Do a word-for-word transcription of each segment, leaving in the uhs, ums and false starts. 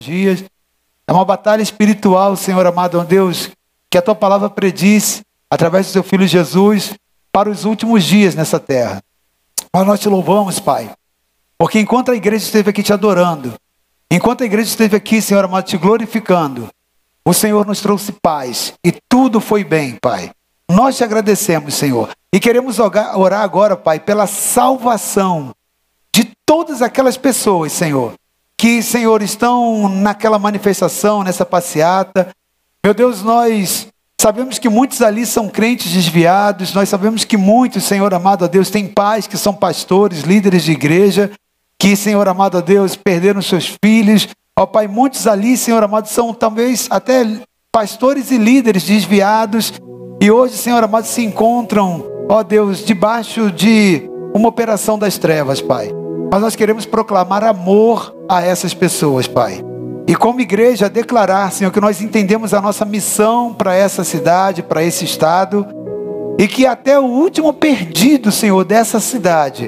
dias. É uma batalha espiritual, Senhor amado Deus, que a Tua palavra prediz, através do Teu Filho Jesus, para os últimos dias nessa terra. Mas nós Te louvamos, Pai, porque enquanto a igreja esteve aqui Te adorando, enquanto a igreja esteve aqui, Senhor amado, Te glorificando, o Senhor nos trouxe paz e tudo foi bem, Pai. Nós Te agradecemos, Senhor, e queremos orar agora, Pai, pela salvação de todas aquelas pessoas, Senhor, que, Senhor, estão naquela manifestação, nessa passeata. Meu Deus, nós sabemos que muitos ali são crentes desviados, nós sabemos que muitos, Senhor amado a Deus, têm pais que são pastores, líderes de igreja, que, Senhor amado a Deus, perderam seus filhos. Ó Pai, muitos ali, Senhor amado, são talvez até pastores e líderes desviados, e hoje, Senhor amado, se encontram, ó Deus, debaixo de uma operação das trevas, Pai. Mas nós queremos proclamar amor a essas pessoas, Pai. E como igreja, declarar, Senhor, que nós entendemos a nossa missão para essa cidade, para esse estado, e que até o último perdido, Senhor, dessa cidade,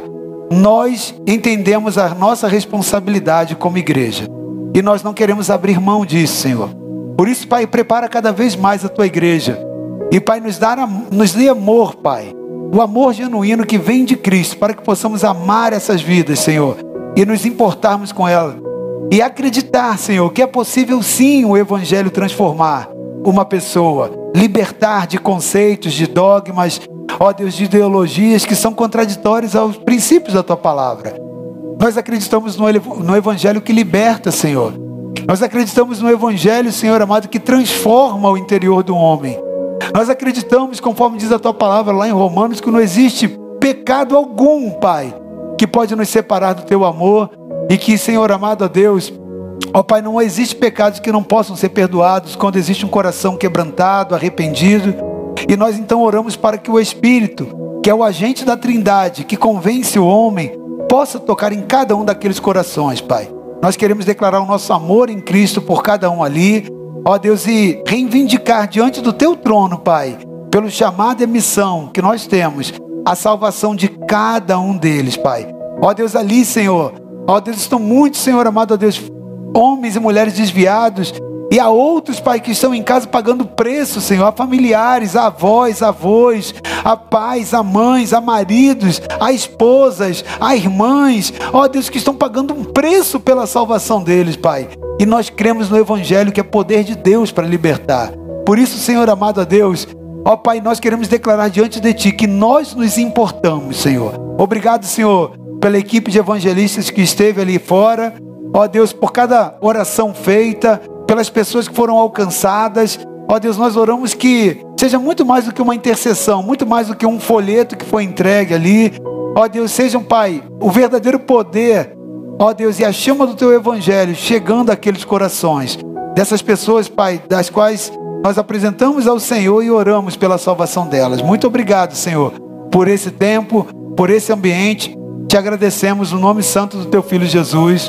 nós entendemos a nossa responsabilidade como igreja. E nós não queremos abrir mão disso, Senhor. Por isso, Pai, prepara cada vez mais a Tua igreja. E, Pai, nos, dá, nos dê amor, Pai. O amor genuíno que vem de Cristo, para que possamos amar essas vidas, Senhor, e nos importarmos com elas. E acreditar, Senhor, que é possível sim o Evangelho transformar uma pessoa, libertar de conceitos, de dogmas, ó Deus, de ideologias que são contraditórias aos princípios da Tua palavra. Nós acreditamos no, no Evangelho que liberta, Senhor. Nós acreditamos no Evangelho, Senhor amado, que transforma o interior do homem. Nós acreditamos, conforme diz a Tua palavra lá em Romanos, que não existe pecado algum, Pai, que pode nos separar do Teu amor. E que, Senhor amado a Deus, ó Pai, não existe pecados que não possam ser perdoados quando existe um coração quebrantado, arrependido. E nós então oramos para que o Espírito, que é o agente da Trindade, que convence o homem, possa tocar em cada um daqueles corações, Pai. Nós queremos declarar o nosso amor em Cristo por cada um ali, ó Deus, e reivindicar diante do Teu trono, Pai, pelo chamado e missão que nós temos, a salvação de cada um deles, Pai. Ó Deus, ali, Senhor, ó Deus, estão muitos, Senhor amado a Deus, homens e mulheres desviados, e há outros, Pai, que estão em casa pagando preço, Senhor, a familiares, a avós, avós, a pais, a mães, a maridos, a esposas, a irmãs, ó Deus, que estão pagando um preço pela salvação deles, Pai. E nós cremos no Evangelho, que é poder de Deus para libertar. Por isso, Senhor amado a Deus, ó Pai, nós queremos declarar diante de Ti que nós nos importamos, Senhor. Obrigado, Senhor, pela equipe de evangelistas que esteve ali fora, ó Deus, por cada oração feita, pelas pessoas que foram alcançadas. Ó Deus, nós oramos que seja muito mais do que uma intercessão, muito mais do que um folheto que foi entregue ali. Ó Deus, sejam, Pai, o verdadeiro poder, ó Deus, e a chama do Teu Evangelho chegando àqueles corações, dessas pessoas, Pai, das quais nós apresentamos ao Senhor e oramos pela salvação delas. Muito obrigado, Senhor, por esse tempo, por esse ambiente. Te agradecemos no nome santo do Teu Filho Jesus.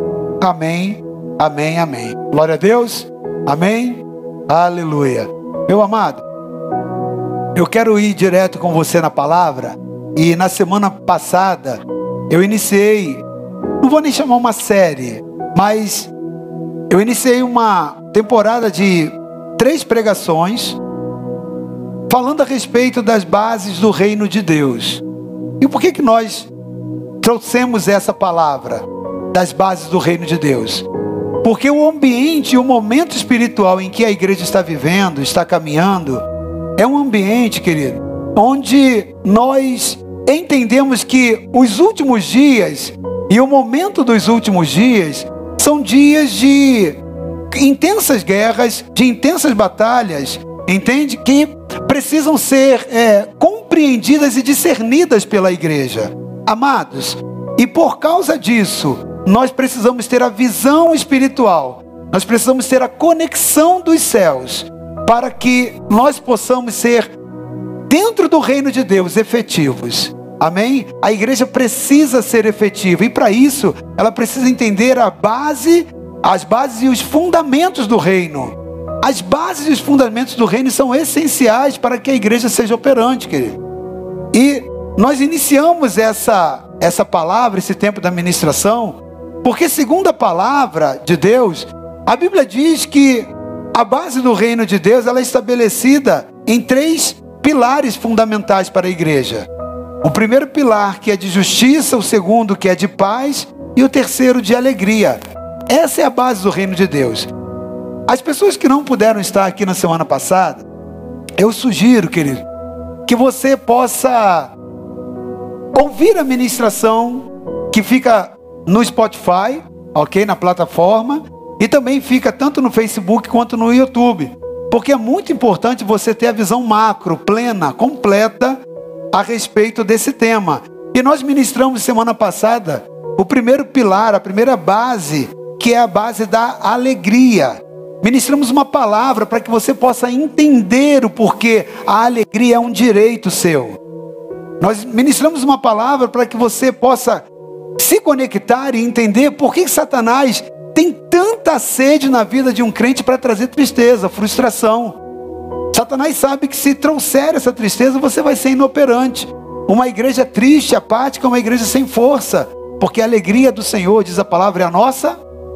Amém, amém, amém. Glória a Deus, amém, aleluia. Meu amado, eu quero ir direto com você na palavra. E na semana passada eu iniciei, não vou nem chamar uma série, mas eu iniciei uma temporada de três pregações falando a respeito das bases do reino de Deus. E por que que nós trouxemos essa palavra das bases do reino de Deus? Porque o ambiente e o momento espiritual em que a igreja está vivendo, está caminhando, é um ambiente, querido, onde nós entendemos que os últimos dias e o momento dos últimos dias são dias de intensas guerras, de intensas batalhas, entende? Que precisam ser é, compreendidas e discernidas pela igreja. Amados, e por causa disso, nós precisamos ter a visão espiritual, nós precisamos ter a conexão dos céus, para que nós possamos ser, dentro do reino de Deus, efetivos. Amém? A igreja precisa ser efetiva, e para isso, ela precisa entender a base, as bases e os fundamentos do reino. As bases e os fundamentos do reino são essenciais para que a igreja seja operante, querido. E nós iniciamos essa, essa palavra, esse tempo da ministração, porque segundo a palavra de Deus, A Bíblia diz que a base do reino de Deus ela é estabelecida em três pilares fundamentais para a igreja. O primeiro pilar, que é de justiça, o segundo, que é de paz, e o terceiro, de alegria. Essa é a base do reino de Deus. As pessoas que não puderam estar aqui na semana passada, eu sugiro, querido, que você possa ouvir a ministração que fica no Spotify, ok, na plataforma, e também fica tanto no Facebook quanto no YouTube, porque é muito importante você ter a visão macro, plena, completa a respeito desse tema. E nós ministramos semana passada o primeiro pilar, a primeira base, que é a base da alegria. Ministramos uma palavra para que você possa entender o porquê a alegria é um direito seu. Nós ministramos uma palavra para que você possa se conectar e entender por que Satanás tem tanta sede na vida de um crente para trazer tristeza, frustração. Satanás sabe que se trouxer essa tristeza, você vai ser inoperante. Uma igreja triste, apática, é uma igreja sem força, porque a alegria do Senhor, diz a palavra, é a nossa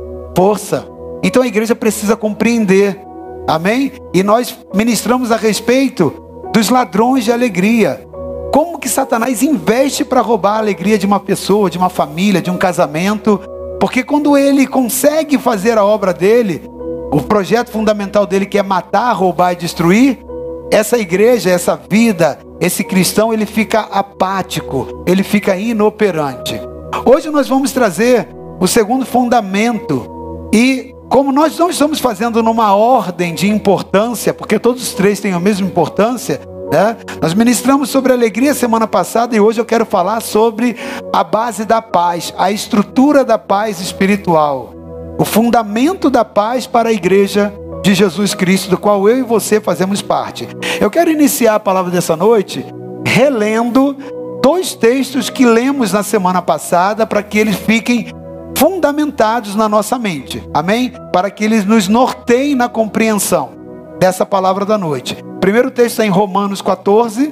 força. Então a igreja precisa compreender, amém? E nós ministramos a respeito dos ladrões de alegria. Como que Satanás investe para roubar a alegria de uma pessoa, de uma família, de um casamento? Porque quando ele consegue fazer a obra dele, o projeto fundamental dele, que é matar, roubar e destruir, essa igreja, essa vida, esse cristão, ele fica apático, ele fica inoperante. Hoje nós vamos trazer o segundo fundamento. E como nós não estamos fazendo numa ordem de importância, porque todos os três têm a mesma importância, né? Nós ministramos sobre alegria semana passada e hoje eu quero falar sobre a base da paz, a estrutura da paz espiritual, o fundamento da paz para a igreja de Jesus Cristo, do qual eu e você fazemos parte. Eu quero iniciar a palavra dessa noite relendo dois textos que lemos na semana passada, para que eles fiquem fundamentados na nossa mente, amém? Para que eles nos norteiem na compreensão dessa palavra da noite. O primeiro texto está em Romanos quatorze,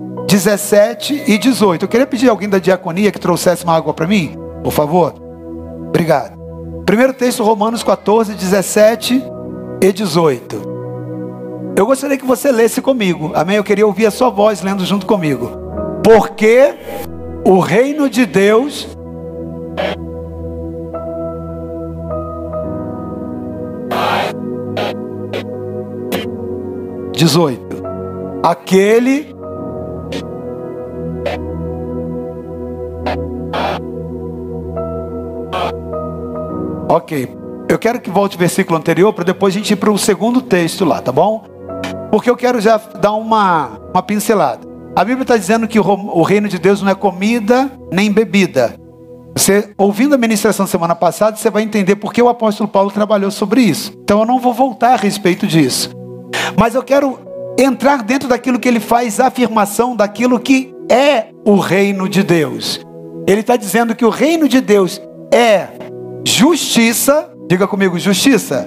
dezessete e dezoito. Eu queria pedir a alguém da diaconia que trouxesse uma água para mim, por favor. Obrigado. Primeiro texto, Romanos quatorze, dezessete e dezoito. Eu gostaria que você lesse comigo, amém? Eu queria ouvir a sua voz lendo junto comigo. Porque o reino de Deus dezoito. Aquele Ok, eu quero que volte o versículo anterior para depois a gente ir para o segundo texto lá, tá bom? Porque eu quero já dar uma, uma pincelada. A Bíblia está dizendo que o, o reino de Deus não é comida nem bebida. Você, ouvindo a ministração semana passada, você vai entender porque o apóstolo Paulo trabalhou sobre isso. Então eu não vou voltar a respeito disso. Mas eu quero entrar dentro daquilo que ele faz afirmação, daquilo que é o reino de Deus. Ele está dizendo que o reino de Deus é justiça, diga comigo, justiça,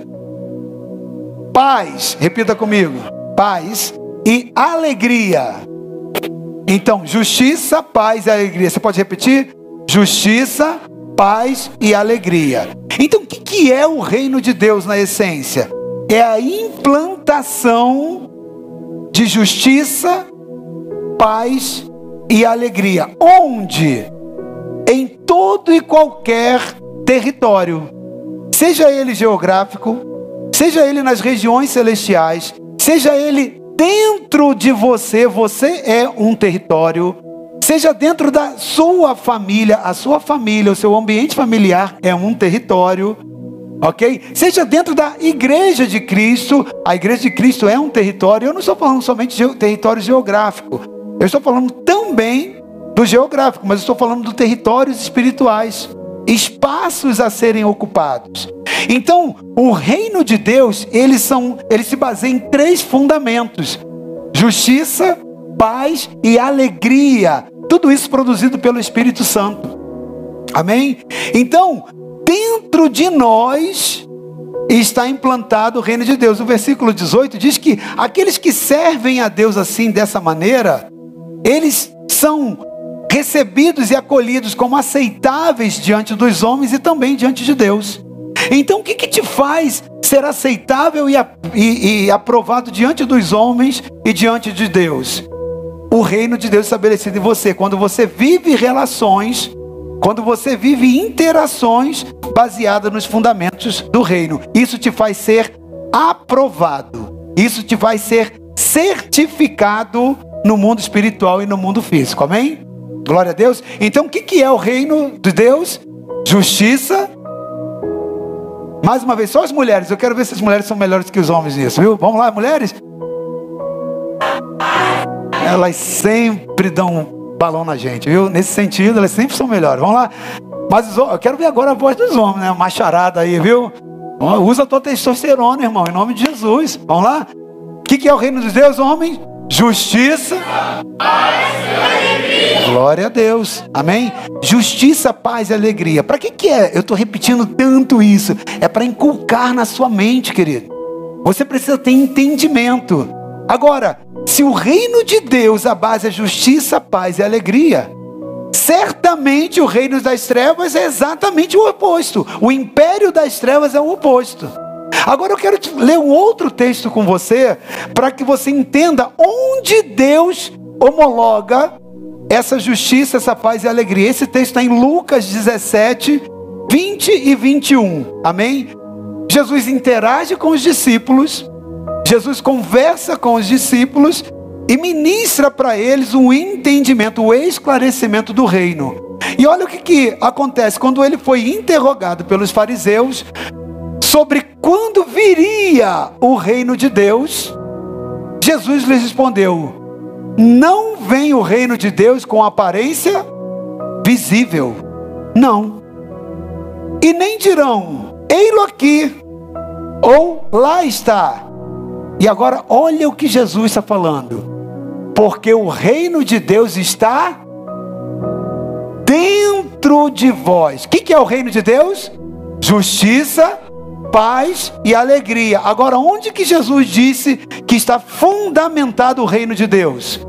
paz, repita comigo, paz e alegria. Então, justiça, paz e alegria. Você pode repetir? Justiça, paz e alegria. Então, o que, que é o reino de Deus na essência? É a implantação de justiça, paz e alegria. Onde? Em todo e qualquer território. Seja ele geográfico, seja ele nas regiões celestiais, seja ele dentro de você, você é um território. Seja dentro da sua família, a sua família, o seu ambiente familiar é um território. Ok? Seja dentro da igreja de Cristo, a igreja de Cristo é um território. Eu não estou falando somente de território geográfico, eu estou falando também do geográfico, mas eu estou falando dos territórios espirituais, espaços a serem ocupados. Então, o reino de Deus, eles são, ele se baseia em três fundamentos: justiça, paz e alegria. Tudo isso produzido pelo Espírito Santo. Amém? Então, dentro de nós está implantado o reino de Deus. O versículo dezoito diz que aqueles que servem a Deus assim, dessa maneira, eles são recebidos e acolhidos como aceitáveis diante dos homens e também diante de Deus. Então o que, que te faz ser aceitável e, e, e aprovado diante dos homens e diante de Deus? O reino de Deus estabelecido em você. Quando você vive relações, quando você vive interações baseadas nos fundamentos do reino, isso te faz ser aprovado. Isso te faz ser certificado no mundo espiritual e no mundo físico. Amém? Glória a Deus. Então o que, que é o reino de Deus? Justiça. Mais uma vez, só as mulheres. Eu quero ver se as mulheres são melhores que os homens nisso, viu? Vamos lá, mulheres? Elas sempre dão balão na gente, viu? Nesse sentido, elas sempre são melhores. Vamos lá. Mas os, eu quero ver agora a voz dos homens, né? Macharada aí, viu? Usa a tua testosterona, irmão, em nome de Jesus. Vamos lá? O que, que é o reino de Deus, homem? Justiça. Glória a Deus. Amém? Justiça, paz e alegria. Para que que é? Eu estou repetindo tanto isso. É para inculcar na sua mente, querido. Você precisa ter entendimento. Agora, se o reino de Deus, a base é justiça, paz e alegria, certamente o reino das trevas é exatamente o oposto. O império das trevas é o oposto. Agora eu quero te ler um outro texto com você, para que você entenda onde Deus homologa essa justiça, essa paz e alegria. Esse texto está em Lucas dezessete, vinte e vinte e um. Amém? Jesus interage com os discípulos, Jesus conversa com os discípulos e ministra para eles um entendimento, o esclarecimento do reino. E olha o que, que acontece quando ele foi interrogado pelos fariseus sobre quando viria o reino de Deus. Jesus lhes respondeu: não vem o reino de Deus com aparência visível, não. E nem dirão, ei-lo aqui, ou lá está. E agora olha o que Jesus está falando. Porque o reino de Deus está dentro de vós. O que, que é o reino de Deus? Justiça, paz e alegria. Agora, onde que Jesus disse que está fundamentado o reino de Deus?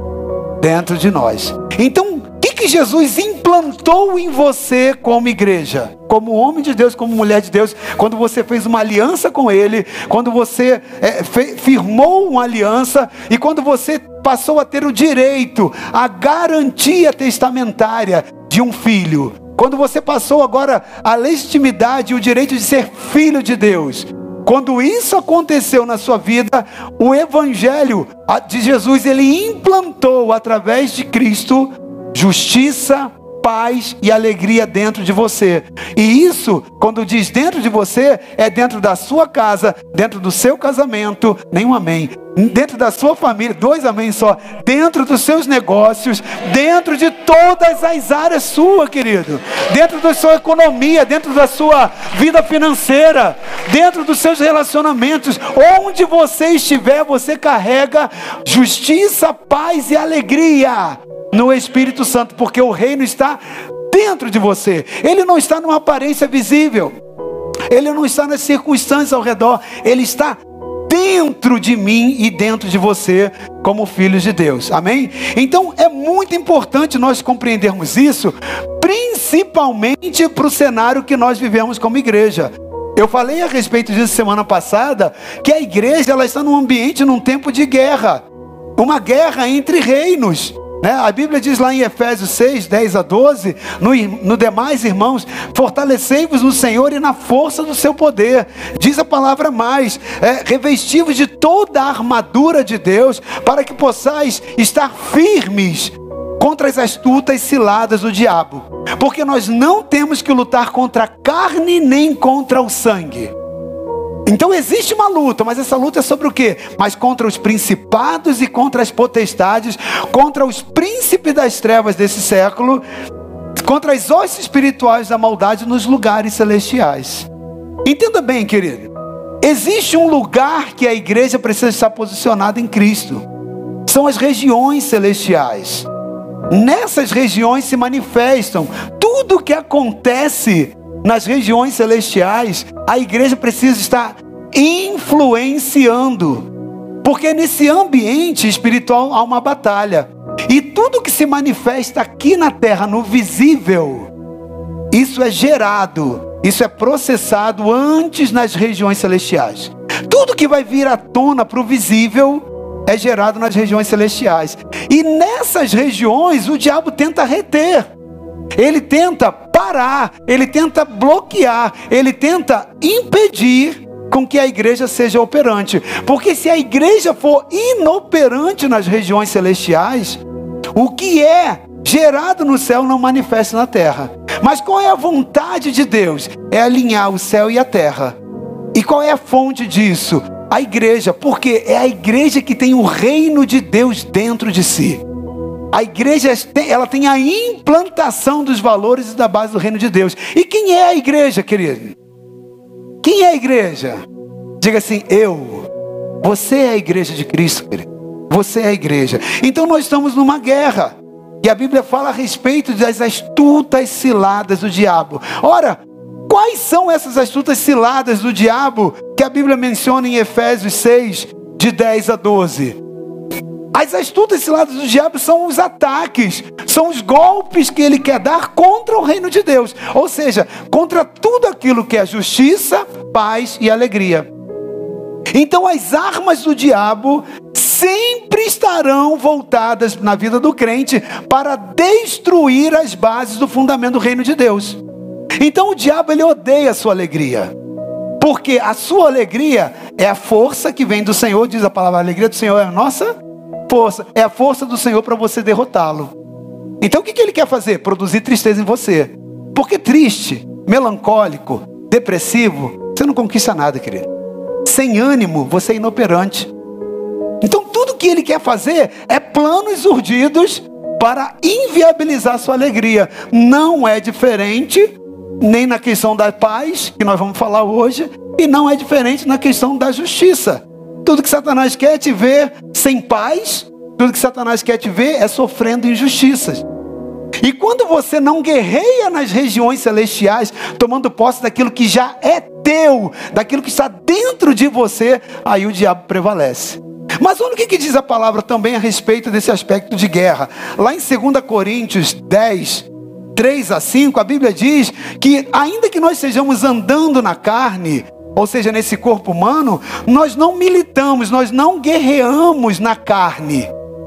Dentro de nós. Então, o que, que Jesus implantou em você como igreja? Como homem de Deus, como mulher de Deus, quando você fez uma aliança com Ele, quando você é, fe, firmou uma aliança, e quando você passou a ter o direito, a garantia testamentária de um filho, quando você passou agora a legitimidade e o direito de ser filho de Deus, quando isso aconteceu na sua vida, o evangelho de Jesus, ele implantou através de Cristo justiça, paz e alegria dentro de você. E isso, quando diz dentro de você, é dentro da sua casa, dentro do seu casamento, nenhum amém, dentro da sua família, dois amém só, dentro dos seus negócios, dentro de todas as áreas suas, querido, dentro da sua economia, dentro da sua vida financeira, dentro dos seus relacionamentos, onde você estiver, você carrega justiça, paz e alegria no Espírito Santo, porque o reino está dentro de você. Ele não está numa aparência visível, ele não está nas circunstâncias ao redor, ele está dentro de mim e dentro de você, como filhos de Deus. Amém? Então é muito importante nós compreendermos isso, principalmente para o cenário que nós vivemos como igreja. Eu falei a respeito disso semana passada, que a igreja ela está num ambiente, num tempo de guerra, uma guerra entre reinos. A Bíblia diz lá em Efésios seis, dez a doze, no, no demais, irmãos, fortalecei-vos no Senhor e na força do seu poder. Diz a palavra mais, é, revesti-vos de toda a armadura de Deus, para que possais estar firmes contra as astutas ciladas do diabo. Porque nós não temos que lutar contra a carne nem contra o sangue. Então existe uma luta, mas essa luta é sobre o quê? Mas contra os principados e contra as potestades, contra os príncipes das trevas desse século, contra as hostes espirituais da maldade nos lugares celestiais. Entenda bem, querido, existe um lugar que a igreja precisa estar posicionada em Cristo. São as regiões celestiais. Nessas regiões se manifestam tudo o que acontece nas regiões celestiais. A igreja precisa estar influenciando, porque nesse ambiente espiritual há uma batalha, e tudo que se manifesta aqui na terra, no visível, isso é gerado isso é processado antes nas regiões celestiais. Tudo que vai vir à tona para o visível é gerado nas regiões celestiais. E nessas regiões o diabo tenta reter. Ele tenta parar, ele tenta bloquear, ele tenta impedir com que a igreja seja operante. Porque se a igreja for inoperante nas regiões celestiais, o que é gerado no céu não manifesta na terra. Mas qual é a vontade de Deus? É alinhar o céu e a terra. E qual é a fonte disso? A igreja, porque é a igreja que tem o reino de Deus dentro de si. A igreja, ela tem a implantação dos valores e da base do reino de Deus. E quem é a igreja, querido? Quem é a igreja? Diga assim, eu. Você é a igreja de Cristo, querido. Você é a igreja. Então nós estamos numa guerra. E a Bíblia fala a respeito das astutas ciladas do diabo. Ora, quais são essas astutas ciladas do diabo que a Bíblia menciona em Efésios seis, de dez a doze? As astutas ciladas do diabo são os ataques, são os golpes que ele quer dar contra o reino de Deus. Ou seja, contra tudo aquilo que é justiça, paz e alegria. Então as armas do diabo sempre estarão voltadas na vida do crente para destruir as bases do fundamento do reino de Deus. Então o diabo, ele odeia a sua alegria. Porque a sua alegria é a força que vem do Senhor, diz a palavra, a alegria do Senhor é a nossa força, é a força do Senhor para você derrotá-lo. Então o que, que ele quer fazer? Produzir tristeza em você. Porque triste, melancólico, depressivo, você não conquista nada, querido. Sem ânimo, você é inoperante. Então tudo que ele quer fazer é planos urdidos para inviabilizar sua alegria. Não é diferente nem na questão da paz, que nós vamos falar hoje, e não é diferente na questão da justiça. Tudo que Satanás quer é te ver sem paz, tudo que Satanás quer te ver é sofrendo injustiças. E quando você não guerreia nas regiões celestiais, tomando posse daquilo que já é teu, daquilo que está dentro de você, aí o diabo prevalece. Mas olha o que, que diz a palavra também a respeito desse aspecto de guerra. Lá em dois Coríntios dez, três a cinco, a Bíblia diz que ainda que nós estejamos andando na carne, ou seja, nesse corpo humano, nós não militamos, nós não guerreamos na carne.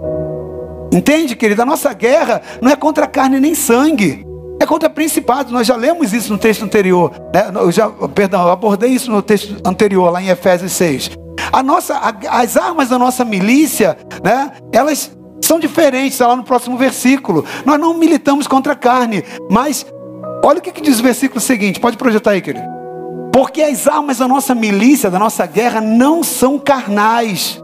Entende, querido? A nossa guerra não é contra carne nem sangue, é contra principados. Nós já lemos isso no texto anterior, né? Eu já, perdão, eu abordei isso no texto anterior, lá em Efésios seis. A nossa, a, as armas da nossa milícia, né? Elas são diferentes, está lá no próximo versículo. Nós não militamos contra a carne, mas olha o que, que diz o versículo seguinte, pode projetar aí, querido. Porque as armas da nossa milícia, da nossa guerra, não são carnais.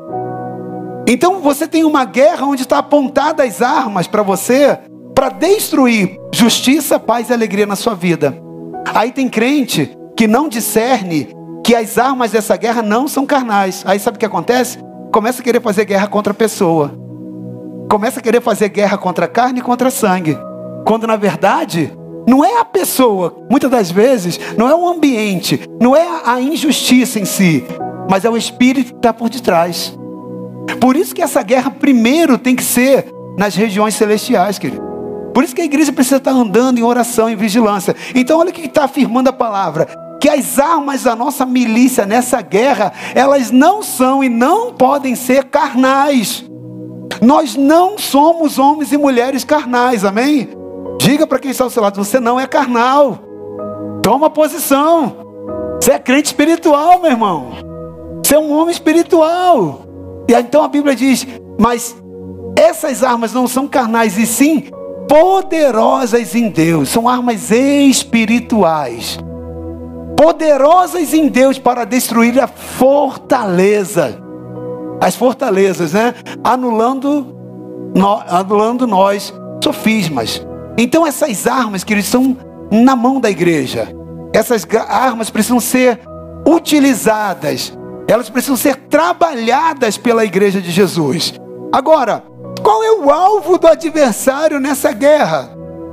Então você tem uma guerra onde está apontada as armas para você, para destruir justiça, paz e alegria na sua vida. Aí tem crente que não discerne que as armas dessa guerra não são carnais. Aí sabe o que acontece? Começa a querer fazer guerra contra a pessoa. Começa a querer fazer guerra contra a carne e contra sangue. Quando na verdade, não é a pessoa, muitas das vezes, não é o ambiente, não é a injustiça em si, mas é o espírito que está por detrás. Por isso que essa guerra primeiro tem que ser nas regiões celestiais, querido. Por isso que a igreja precisa estar andando em oração e vigilância. Então olha o que está afirmando a palavra. Que as armas da nossa milícia nessa guerra, elas não são e não podem ser carnais. Nós não somos homens e mulheres carnais, amém? Diga para quem está ao seu lado, você não é carnal. Toma posição. Você é crente espiritual, meu irmão. Você é um homem espiritual. E então a Bíblia diz, mas essas armas não são carnais, e sim poderosas em Deus. São armas espirituais. Poderosas em Deus para destruir a fortaleza. As fortalezas, né? Anulando, no, anulando nós sofismas. Então essas armas, queridos, estão na mão da igreja. Essas armas precisam ser utilizadas. Elas precisam ser trabalhadas pela igreja de Jesus. Agora, qual é o alvo do adversário nessa guerra?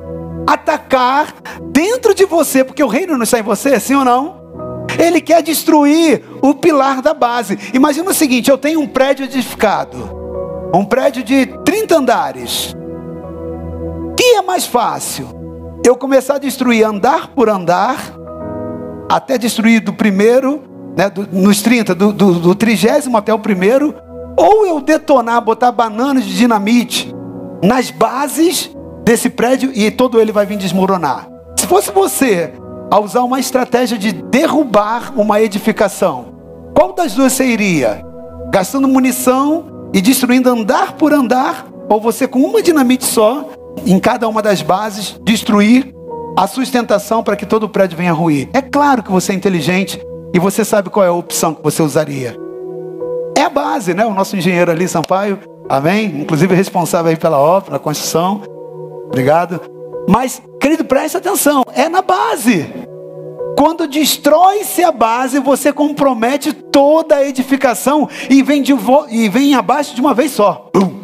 Atacar dentro de você, porque o reino não está em você, sim ou não? Ele quer destruir o pilar da base. Imagina o seguinte, eu tenho um prédio edificado, um prédio de trinta andares. O que é mais fácil? Eu começar a destruir andar por andar, até destruir do primeiro, né, do, nos trinta, do, do, do trigésimo até o primeiro, ou eu detonar, botar bananas de dinamite nas bases desse prédio e todo ele vai vir desmoronar. Se fosse você a usar uma estratégia de derrubar uma edificação, qual das duas você iria? Gastando munição e destruindo andar por andar, ou você com uma dinamite só, em cada uma das bases, destruir a sustentação para que todo o prédio venha ruir? É claro que você é inteligente e você sabe qual é a opção que você usaria. É a base, né? O nosso engenheiro ali, Sampaio, amém? Inclusive responsável aí pela obra, pela construção. Obrigado. Mas, querido, preste atenção, é na base. Quando destrói-se a base, você compromete toda a edificação e vem, de vo- e vem abaixo de uma vez só. Bum.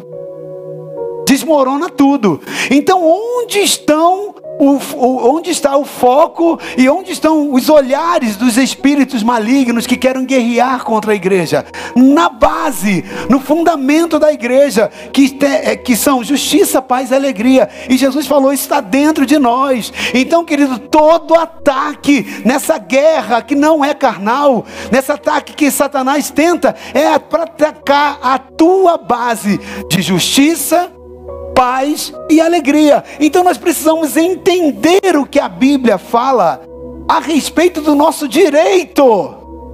Desmorona tudo. Então, onde estão o, o, onde está o foco e onde estão os olhares dos espíritos malignos que querem guerrear contra a igreja? Na base, no fundamento da igreja, que, te, que são justiça, paz e alegria. E Jesus falou, isso está dentro de nós. Então, querido, todo ataque nessa guerra que não é carnal, nesse ataque que Satanás tenta, é para atacar a tua base de justiça, paz e alegria. Então nós precisamos entender o que a Bíblia fala a respeito do nosso direito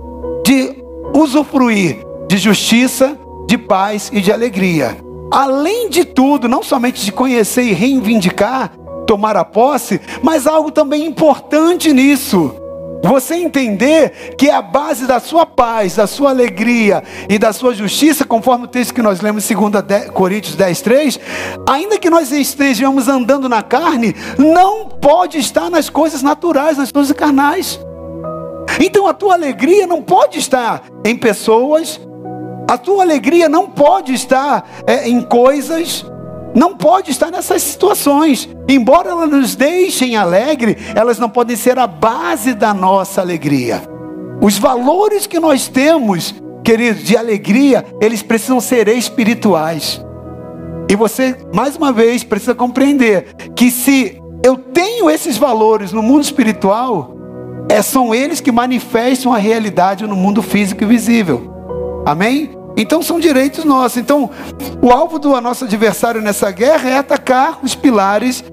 de usufruir de justiça, de paz e de alegria. Além de tudo, não somente de conhecer e reivindicar, tomar a posse, mas algo também importante nisso. Você entender que a base da sua paz, da sua alegria e da sua justiça, conforme o texto que nós lemos em dois Coríntios dez, três, ainda que nós estejamos andando na carne, não pode estar nas coisas naturais, nas coisas carnais. Então a tua alegria não pode estar em pessoas, a tua alegria não pode estar é, em coisas, não pode estar nessas situações. Embora elas nos deixem alegre, elas não podem ser a base da nossa alegria. Os valores que nós temos, queridos, de alegria, eles precisam ser espirituais. E você, mais uma vez, precisa compreender que se eu tenho esses valores no mundo espiritual, é, são eles que manifestam a realidade no mundo físico e visível. Amém? Então são direitos nossos. Então o alvo do nosso adversário nessa guerra é atacar os pilares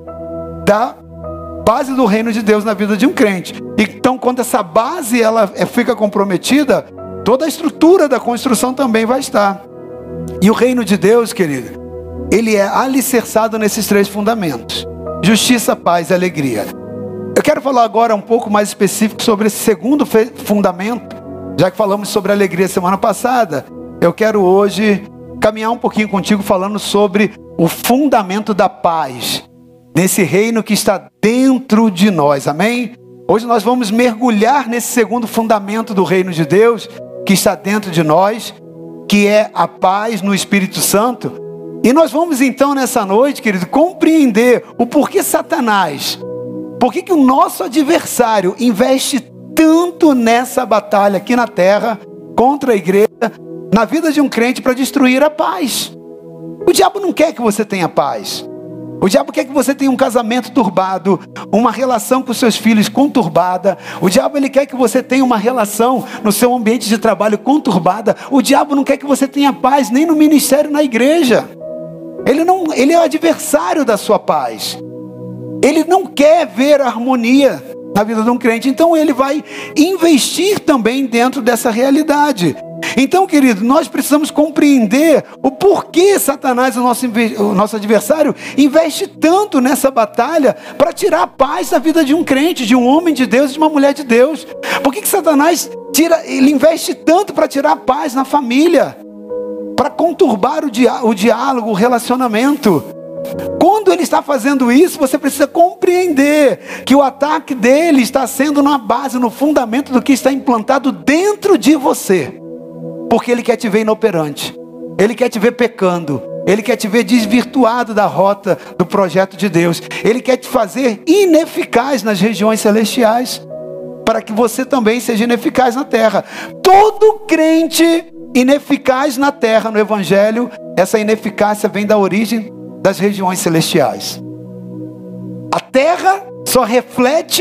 da base do reino de Deus na vida de um crente. Então quando essa base ela fica comprometida, toda a estrutura da construção também vai estar. E o reino de Deus, querido, ele é alicerçado nesses três fundamentos: justiça, paz e alegria. Eu quero falar agora um pouco mais específico sobre esse segundo fundamento. Já que falamos sobre alegria semana passada, eu quero hoje caminhar um pouquinho contigo falando sobre o fundamento da paz, nesse reino que está dentro de nós, amém? Hoje nós vamos mergulhar nesse segundo fundamento do reino de Deus, que está dentro de nós, que é a paz no Espírito Santo. E nós vamos então nessa noite, querido, compreender o porquê Satanás, por que que o nosso adversário investe tanto nessa batalha aqui na terra, contra a igreja, na vida de um crente, para destruir a paz. O diabo não quer que você tenha paz. O diabo quer que você tenha um casamento turbado, uma relação com seus filhos conturbada. O diabo ele quer que você tenha uma relação no seu ambiente de trabalho conturbada. O diabo não quer que você tenha paz nem no ministério, na igreja. Ele não, ele é o adversário da sua paz. Ele não quer ver harmonia na vida de um crente. Então ele vai investir também dentro dessa realidade. Então, querido, nós precisamos compreender o porquê Satanás, o nosso, o nosso adversário, investe tanto nessa batalha para tirar a paz da vida de um crente, de um homem de Deus, de uma mulher de Deus. Por que que Satanás tira, ele investe tanto para tirar a paz na família, para conturbar o, diá, o diálogo, o relacionamento? Quando ele está fazendo isso, você precisa compreender que o ataque dele está sendo na base, no fundamento do que está implantado dentro de você. Porque ele quer te ver inoperante, ele quer te ver pecando, ele quer te ver desvirtuado da rota do projeto de Deus. Ele quer te fazer ineficaz nas regiões celestiais, para que você também seja ineficaz na terra. Todo crente ineficaz na terra, no evangelho, essa ineficácia vem da origem das regiões celestiais. A terra só reflete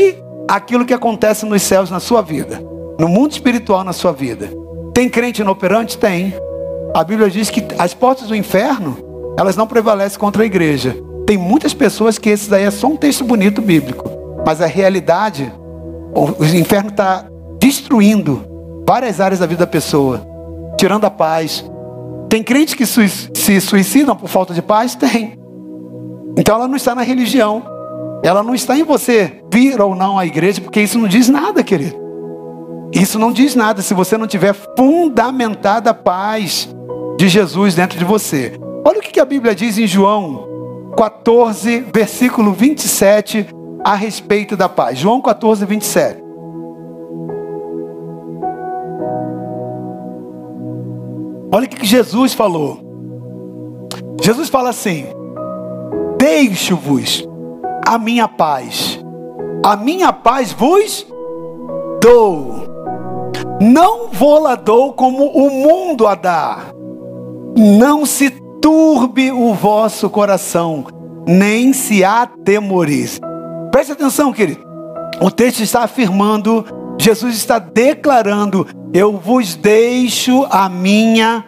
aquilo que acontece nos céus na sua vida, no mundo espiritual na sua vida. Tem crente inoperante? Tem. A Bíblia diz que as portas do inferno, elas não prevalecem contra a igreja. Tem muitas pessoas que esse daí é só um texto bonito bíblico, mas a realidade, o inferno está destruindo várias áreas da vida da pessoa, tirando a paz. Tem crentes que se suicidam por falta de paz? Tem. Então ela não está na religião, ela não está em você vir ou não à igreja, porque isso não diz nada, querido. Isso não diz nada se você não tiver fundamentada a paz de Jesus dentro de você. Olha o que a Bíblia diz em João quatorze, versículo vinte e sete, a respeito da paz. João quatorze, vinte e sete. Olha o que Jesus falou. Jesus fala assim: deixo-vos a minha paz, a minha paz vos dou, não vou-la dou como o mundo a dá. Não se turbe o vosso coração, nem se atemorize. Preste atenção, querido. O texto está afirmando, Jesus está declarando: eu vos deixo a minha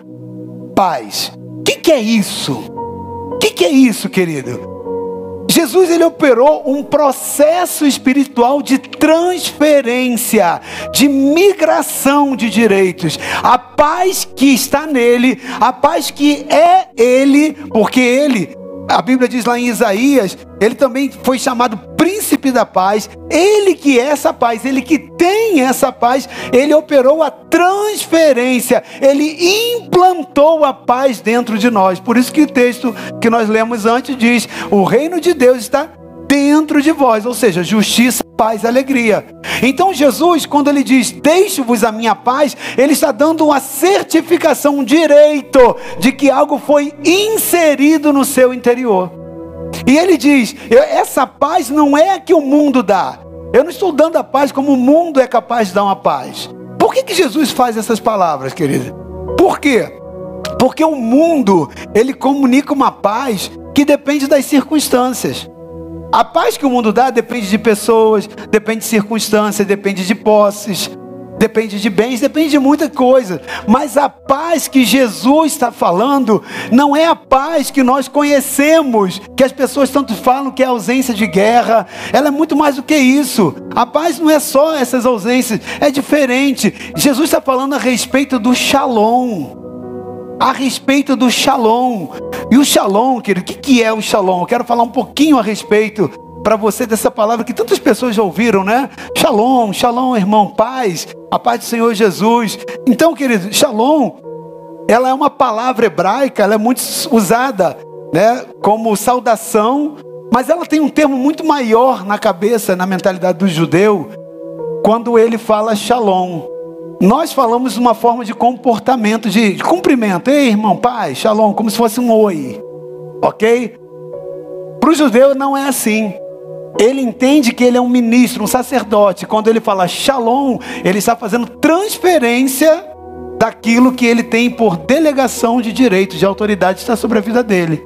paz. O que, que é isso? O que, que é isso, querido? Jesus, ele operou um processo espiritual de transferência, de migração de direitos. A paz que está nele, a paz que é ele, porque ele, a Bíblia diz lá em Isaías, ele também foi chamado príncipe da paz. Ele que é essa paz, ele que tem essa paz, ele operou a transferência, ele implantou a paz dentro de nós. Por isso que o texto que nós lemos antes diz: o reino de Deus está dentro de vós, ou seja, justiça, paz, alegria. Então Jesus, quando ele diz deixo-vos a minha paz, ele está dando uma certificação, um direito de que algo foi inserido no seu interior. E ele diz: essa paz não é a que o mundo dá. Eu não estou dando a paz como o mundo é capaz de dar uma paz. Por que que Jesus faz essas palavras, querido? Por quê? Porque o mundo, ele comunica uma paz que depende das circunstâncias. A paz que o mundo dá depende de pessoas, depende de circunstâncias, depende de posses, depende de bens, depende de muita coisa. Mas a paz que Jesus está falando não é a paz que nós conhecemos, que as pessoas tanto falam que é a ausência de guerra. Ela é muito mais do que isso. A paz não é só essas ausências, é diferente. Jesus está falando a respeito do shalom. A respeito do shalom. E o shalom, querido, o que, que é o shalom? Eu quero falar um pouquinho a respeito para você dessa palavra que tantas pessoas já ouviram, né? Shalom, shalom, irmão, paz, a paz do Senhor Jesus. Então, querido, shalom, ela é uma palavra hebraica, ela é muito usada, né, como saudação, mas ela tem um termo muito maior na cabeça, na mentalidade do judeu, quando ele fala shalom. Nós falamos uma forma de comportamento, de, de cumprimento. Ei, irmão, paz, shalom, como se fosse um oi, ok? Para o judeu não é assim. Ele entende que ele é um ministro, um sacerdote. Quando ele fala shalom, ele está fazendo transferência daquilo que ele tem por delegação de direitos, de autoridade, está sobre a vida dele.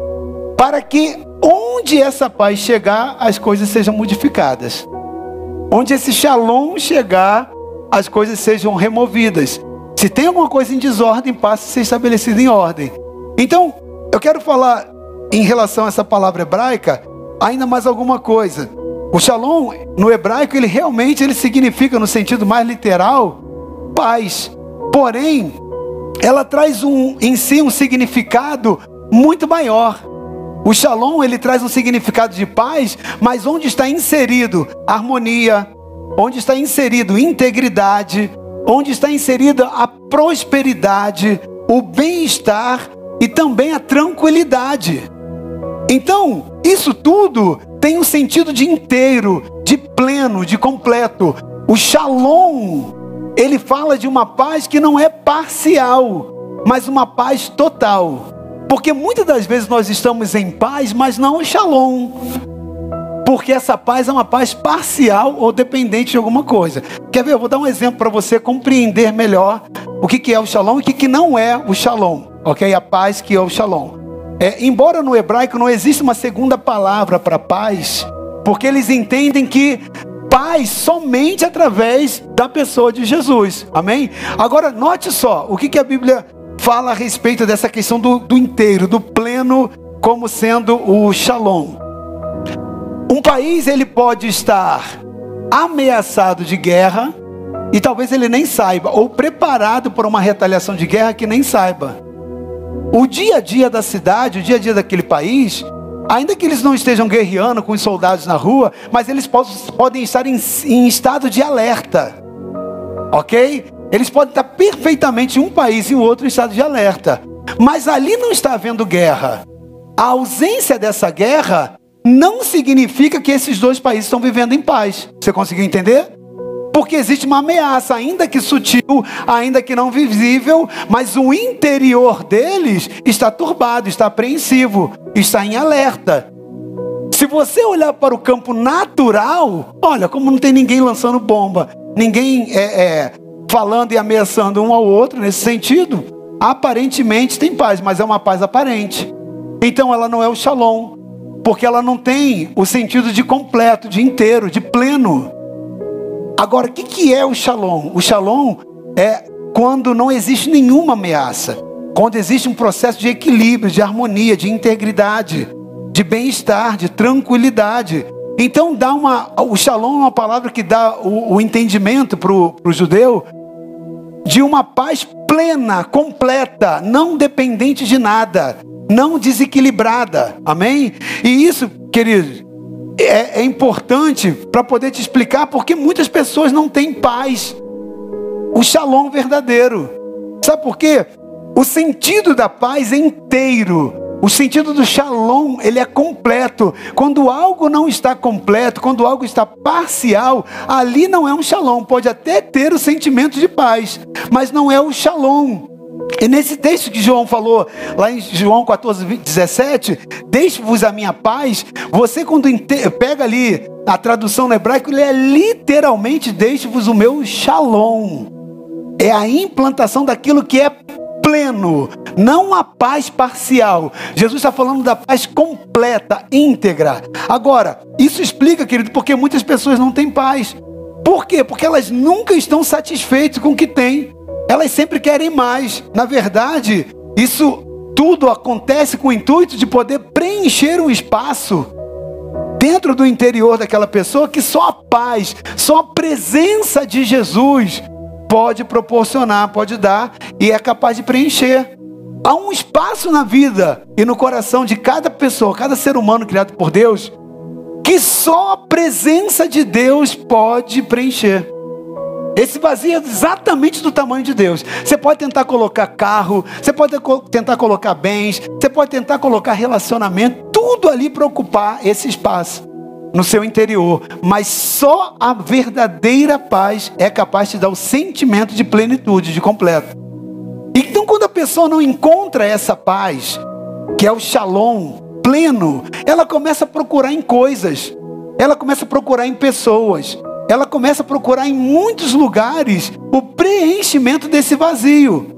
Para que onde essa paz chegar, as coisas sejam modificadas. Onde esse shalom chegar, as coisas sejam removidas. Se tem alguma coisa em desordem, passe a ser estabelecida em ordem. Então, eu quero falar em relação a essa palavra hebraica, ainda mais alguma coisa. O shalom, no hebraico, ele realmente ele significa, no sentido mais literal, paz. Porém, ela traz um, em si um significado muito maior. O shalom, ele traz um significado de paz, mas onde está inserido harmonia, onde está inserido integridade, onde está inserida a prosperidade, o bem-estar e também a tranquilidade. Então, isso tudo tem um sentido de inteiro, de pleno, de completo. O shalom, ele fala de uma paz que não é parcial, mas uma paz total. Porque muitas das vezes nós estamos em paz, mas não em shalom. Porque essa paz é uma paz parcial ou dependente de alguma coisa. Quer ver? Eu vou dar um exemplo para você compreender melhor o que, que é o shalom e o que, que não é o shalom. Ok? A paz que é o shalom. É, embora no hebraico não exista uma segunda palavra para paz, porque eles entendem que paz somente através da pessoa de Jesus, amém? Agora note só, o que, que a Bíblia fala a respeito dessa questão do, do inteiro, do pleno, como sendo o shalom. Um país, ele pode estar ameaçado de guerra, e talvez ele nem saiba, ou preparado por uma retaliação de guerra que nem saiba. O dia a dia da cidade, o dia a dia daquele país, ainda que eles não estejam guerreando com os soldados na rua, mas eles podem estar em, em estado de alerta, ok? Eles podem estar perfeitamente em um país e o outro em estado de alerta, mas ali não está havendo guerra. A ausência dessa guerra não significa que esses dois países estão vivendo em paz. Você conseguiu entender? Porque existe uma ameaça, ainda que sutil, ainda que não visível, mas o interior deles está turbado, está apreensivo, está em alerta. Se você olhar para o campo natural, olha, como não tem ninguém lançando bomba, ninguém é, é, falando e ameaçando um ao outro nesse sentido, aparentemente tem paz, mas é uma paz aparente. Então ela não é o shalom, porque ela não tem o sentido de completo, de inteiro, de pleno. Agora, o que, que é o shalom? O shalom é quando não existe nenhuma ameaça, quando existe um processo de equilíbrio, de harmonia, de integridade, de bem-estar, de tranquilidade. Então dá uma, o shalom é uma palavra que dá o, o entendimento para o judeu de uma paz plena, completa, não dependente de nada, não desequilibrada, amém? E isso, queridos, é, é importante para poder te explicar porque muitas pessoas não têm paz, o shalom verdadeiro. Sabe por quê? O sentido da paz é inteiro. O sentido do shalom, ele é completo. Quando algo não está completo, quando algo está parcial, ali não é um shalom. Pode até ter o sentimento de paz, mas não é o shalom. E nesse texto que João falou, lá em João quatorze, dezessete, deixe-vos a minha paz, você quando pega ali a tradução no hebraico, ele é literalmente, deixe-vos o meu shalom. É a implantação daquilo que é pleno, não a paz parcial. Jesus está falando da paz completa, íntegra. Agora, isso explica, querido, porque muitas pessoas não têm paz. Por quê? Porque elas nunca estão satisfeitas com o que têm. Elas sempre querem mais. Na verdade, isso tudo acontece com o intuito de poder preencher um espaço dentro do interior daquela pessoa que só a paz, só a presença de Jesus pode proporcionar, pode dar e é capaz de preencher. Há um espaço na vida e no coração de cada pessoa, cada ser humano criado por Deus, que só a presença de Deus pode preencher. Esse vazio é exatamente do tamanho de Deus. Você pode tentar colocar carro, você pode tentar colocar bens, você pode tentar colocar relacionamento, tudo ali para ocupar esse espaço no seu interior, mas só a verdadeira paz é capaz de dar o sentimento de plenitude, de completo. Então quando a pessoa não encontra essa paz, que é o shalom pleno, ela começa a procurar em coisas, ela começa a procurar em pessoas, ela começa a procurar em muitos lugares o preenchimento desse vazio.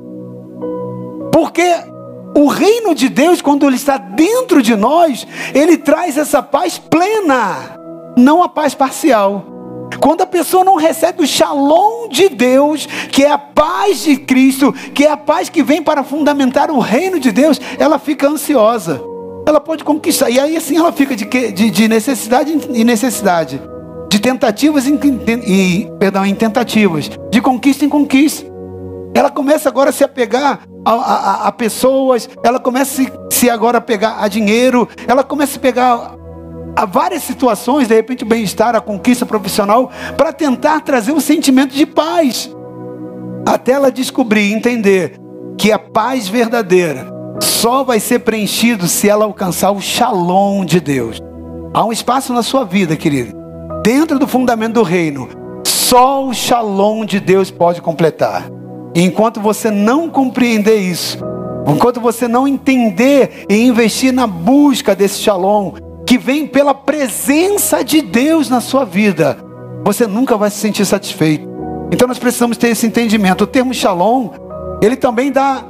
Porque o reino de Deus, quando ele está dentro de nós, ele traz essa paz plena, não a paz parcial. Quando a pessoa não recebe o shalom de Deus, que é a paz de Cristo, que é a paz que vem para fundamentar o reino de Deus, ela fica ansiosa. Ela pode conquistar, e aí assim ela fica de, de, de necessidade em necessidade, de tentativas em, em, perdão, em tentativas, de conquista em conquista. Ela começa agora a se apegar a, a, a pessoas, ela começa a se, se agora a pegar a dinheiro, ela começa a se pegar a várias situações, de repente o bem-estar, a conquista profissional, para tentar trazer um sentimento de paz, até ela descobrir e entender que a paz verdadeira só vai ser preenchido se ela alcançar o shalom de Deus. Há um espaço na sua vida, querido, dentro do fundamento do reino, só o shalom de Deus pode completar. E enquanto você não compreender isso, enquanto você não entender e investir na busca desse shalom, que vem pela presença de Deus na sua vida, você nunca vai se sentir satisfeito. Então nós precisamos ter esse entendimento. O termo shalom, ele também dá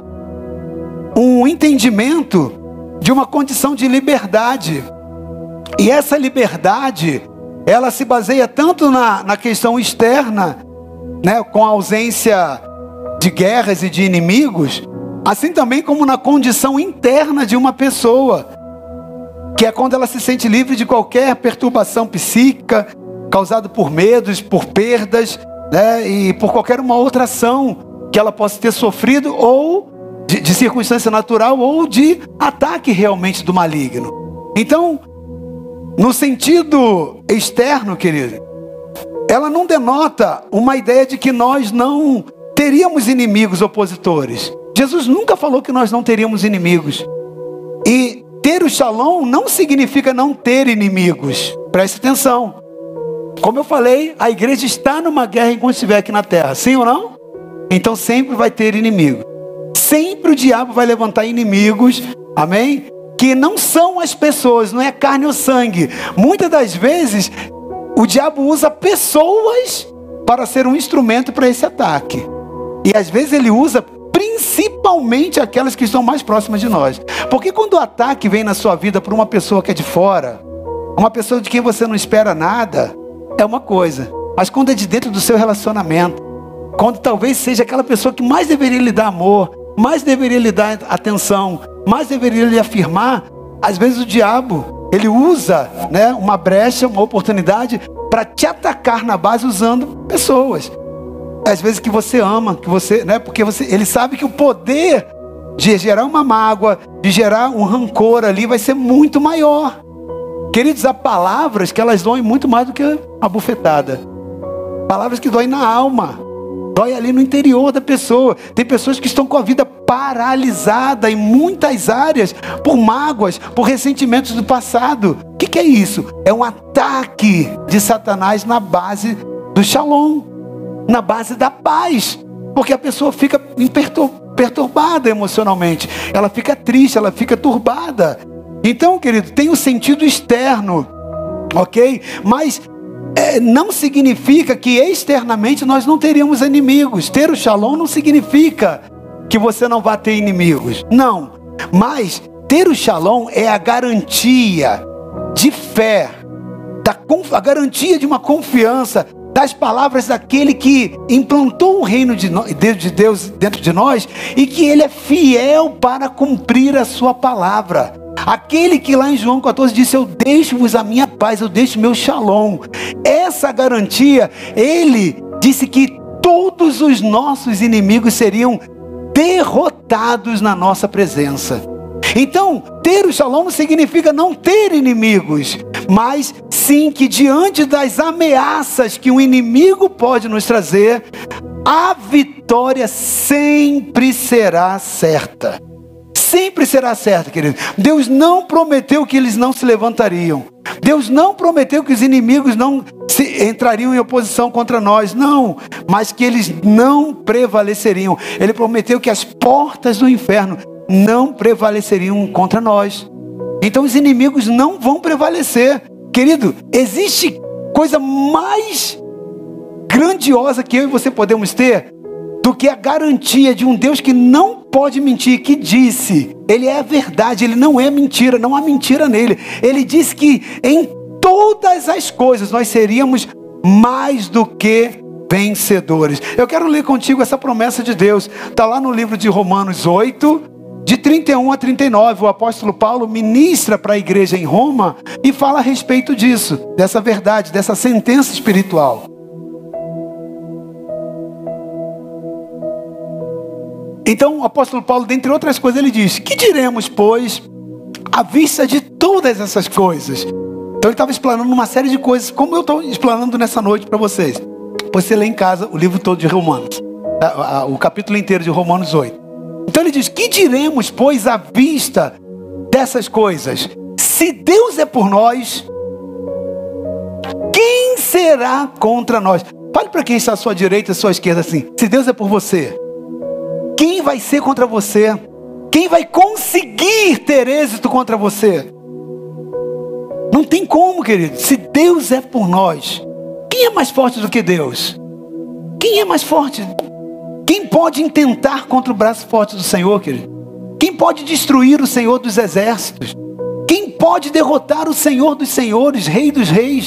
um entendimento de uma condição de liberdade. E essa liberdade ela se baseia tanto na, na questão externa, né, com a ausência de guerras e de inimigos, assim também como na condição interna de uma pessoa, que é quando ela se sente livre de qualquer perturbação psíquica causada por medos, por perdas, né, e por qualquer uma outra ação que ela possa ter sofrido, ou de, de circunstância natural, ou de ataque realmente do maligno. Então, no sentido externo, querido, ela não denota uma ideia de que nós não teríamos inimigos opositores. Jesus nunca falou que nós não teríamos inimigos. E ter o shalom não significa não ter inimigos. Preste atenção. Como eu falei, a igreja está numa guerra enquanto estiver aqui na terra. Sim ou não? Então sempre vai ter inimigo. Sempre o diabo vai levantar inimigos. Amém? Que não são as pessoas, não é carne ou sangue. Muitas das vezes, o diabo usa pessoas para ser um instrumento para esse ataque. E às vezes ele usa principalmente aquelas que estão mais próximas de nós. Porque quando o ataque vem na sua vida por uma pessoa que é de fora, uma pessoa de quem você não espera nada, é uma coisa. Mas quando é de dentro do seu relacionamento, quando talvez seja aquela pessoa que mais deveria lhe dar amor, mais deveria lhe dar atenção, mais deveria lhe afirmar, às vezes o diabo, ele usa, né, uma brecha, uma oportunidade para te atacar na base usando pessoas. Às vezes que você ama, que você, né, porque você, ele sabe que o poder de gerar uma mágoa, de gerar um rancor ali vai ser muito maior. Queridos, há palavras que elas doem muito mais do que a bufetada. Palavras que doem na alma. Dói ali no interior da pessoa. Tem pessoas que estão com a vida paralisada em muitas áreas por mágoas, por ressentimentos do passado. O que, que é isso? É um ataque de Satanás na base do shalom, na base da paz, porque a pessoa fica perturbada emocionalmente, ela fica triste, ela fica turbada. Então, querido, tem o sentido externo, ok? Mas é, não significa que externamente nós não teríamos inimigos. Ter o shalom não significa que você não vai ter inimigos. Não. Mas ter o shalom é a garantia de fé, da, a garantia de uma confiança das palavras daquele que implantou o reino de, no, de Deus dentro de nós e que ele é fiel para cumprir a sua palavra. Aquele que lá em João quatorze disse: eu deixo-vos a minha paz, eu deixo meu shalom. Essa garantia, ele disse que todos os nossos inimigos seriam derrotados na nossa presença. Então, ter o shalom não significa não ter inimigos, mas sim que diante das ameaças que o inimigo pode nos trazer, a vitória sempre será certa. Sempre será certa, querido. Deus não prometeu que eles não se levantariam. Deus não prometeu que os inimigos não se, entrariam em oposição contra nós. Não, mas que eles não prevaleceriam. Ele prometeu que as portas do inferno não prevaleceriam contra nós. Então os inimigos não vão prevalecer. Querido, existe coisa mais grandiosa que eu e você podemos ter do que a garantia de um Deus que não pode mentir, que disse, ele é a verdade, ele não é mentira, não há mentira nele. Ele disse que em todas as coisas nós seríamos mais do que vencedores. Eu quero ler contigo essa promessa de Deus. Está lá no livro de Romanos oito, de trinta e um a trinta e nove. O apóstolo Paulo ministra para a igreja em Roma e fala a respeito disso, dessa verdade, dessa sentença espiritual. Então o apóstolo Paulo, dentre outras coisas, ele diz: que diremos, pois, à vista de todas essas coisas? Então ele estava explanando uma série de coisas, como eu estou explanando nessa noite para vocês. Você lê em casa o livro todo de Romanos, o capítulo inteiro de Romanos oito. Então ele diz: que diremos, pois, à vista dessas coisas? Se Deus é por nós, quem será contra nós? Fale para quem está à sua direita e à sua esquerda assim: se Deus é por você, quem vai ser contra você? Quem vai conseguir ter êxito contra você? Não tem como, querido. Se Deus é por nós, quem é mais forte do que Deus? Quem é mais forte? Quem pode intentar contra o braço forte do Senhor, querido? Quem pode destruir o Senhor dos exércitos? Quem pode derrotar o Senhor dos senhores, Rei dos reis?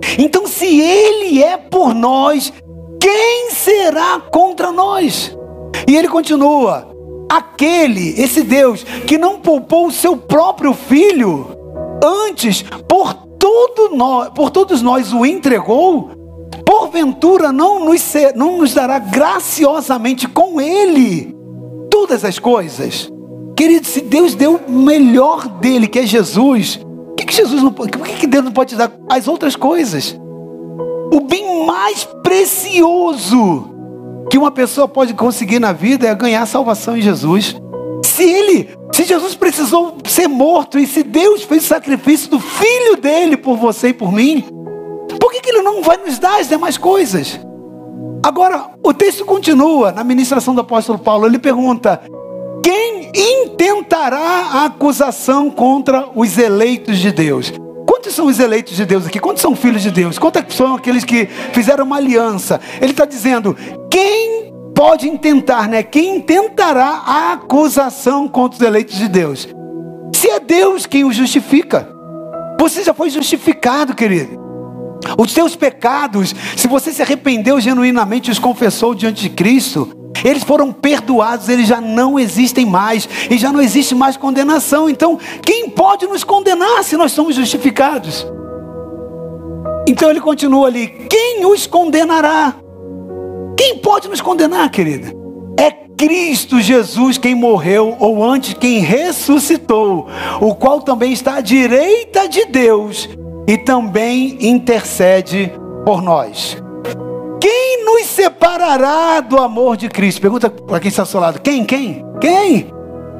Então, se Ele é por nós, quem será contra nós? E ele continua: aquele, esse Deus, que não poupou o seu próprio Filho, antes por, todo nós, por todos nós o entregou, porventura não nos, ser, não nos dará graciosamente com Ele todas as coisas? Querido, se Deus deu o melhor dele, que é Jesus, por que, que Jesus não, por que, que Deus não pode dar as outras coisas? O bem mais precioso que uma pessoa pode conseguir na vida é ganhar a salvação em Jesus. Se ele, se Jesus precisou ser morto, e se Deus fez o sacrifício do Filho dele por você e por mim, por que, que ele não vai nos dar as demais coisas? Agora, o texto continua, na ministração do apóstolo Paulo, ele pergunta: quem intentará a acusação contra os eleitos de Deus? Quantos são os eleitos de Deus aqui? Quantos são filhos de Deus? Quantos são aqueles que fizeram uma aliança? Ele está dizendo: quem pode intentar, né? Quem intentará a acusação contra os eleitos de Deus? Se é Deus quem o justifica. Você já foi justificado, querido. Os seus pecados, se você se arrependeu genuinamente e os confessou diante de Cristo, eles foram perdoados, eles já não existem mais, e já não existe mais condenação. Então, quem pode nos condenar se nós somos justificados? Então ele continua ali: quem os condenará? Quem pode nos condenar, querida? É Cristo Jesus quem morreu, ou antes quem ressuscitou, o qual também está à direita de Deus e também intercede por nós. Quem nos separará do amor de Cristo? Pergunta para quem está ao seu lado: quem? Quem? Quem?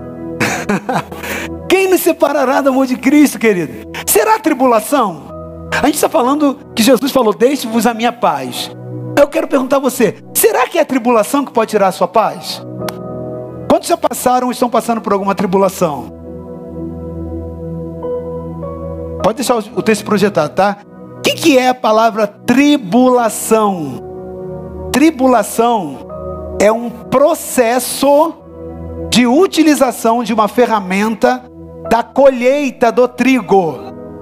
Quem nos separará do amor de Cristo, querido? Será a tribulação? A gente está falando que Jesus falou: deixe-vos a minha paz. Eu quero perguntar a você: será que é a tribulação que pode tirar a sua paz? Quantos já passaram ou estão passando por alguma tribulação? Pode deixar o texto projetado, tá? O que, que é a palavra tribulação? Tribulação é um processo de utilização de uma ferramenta da colheita do trigo.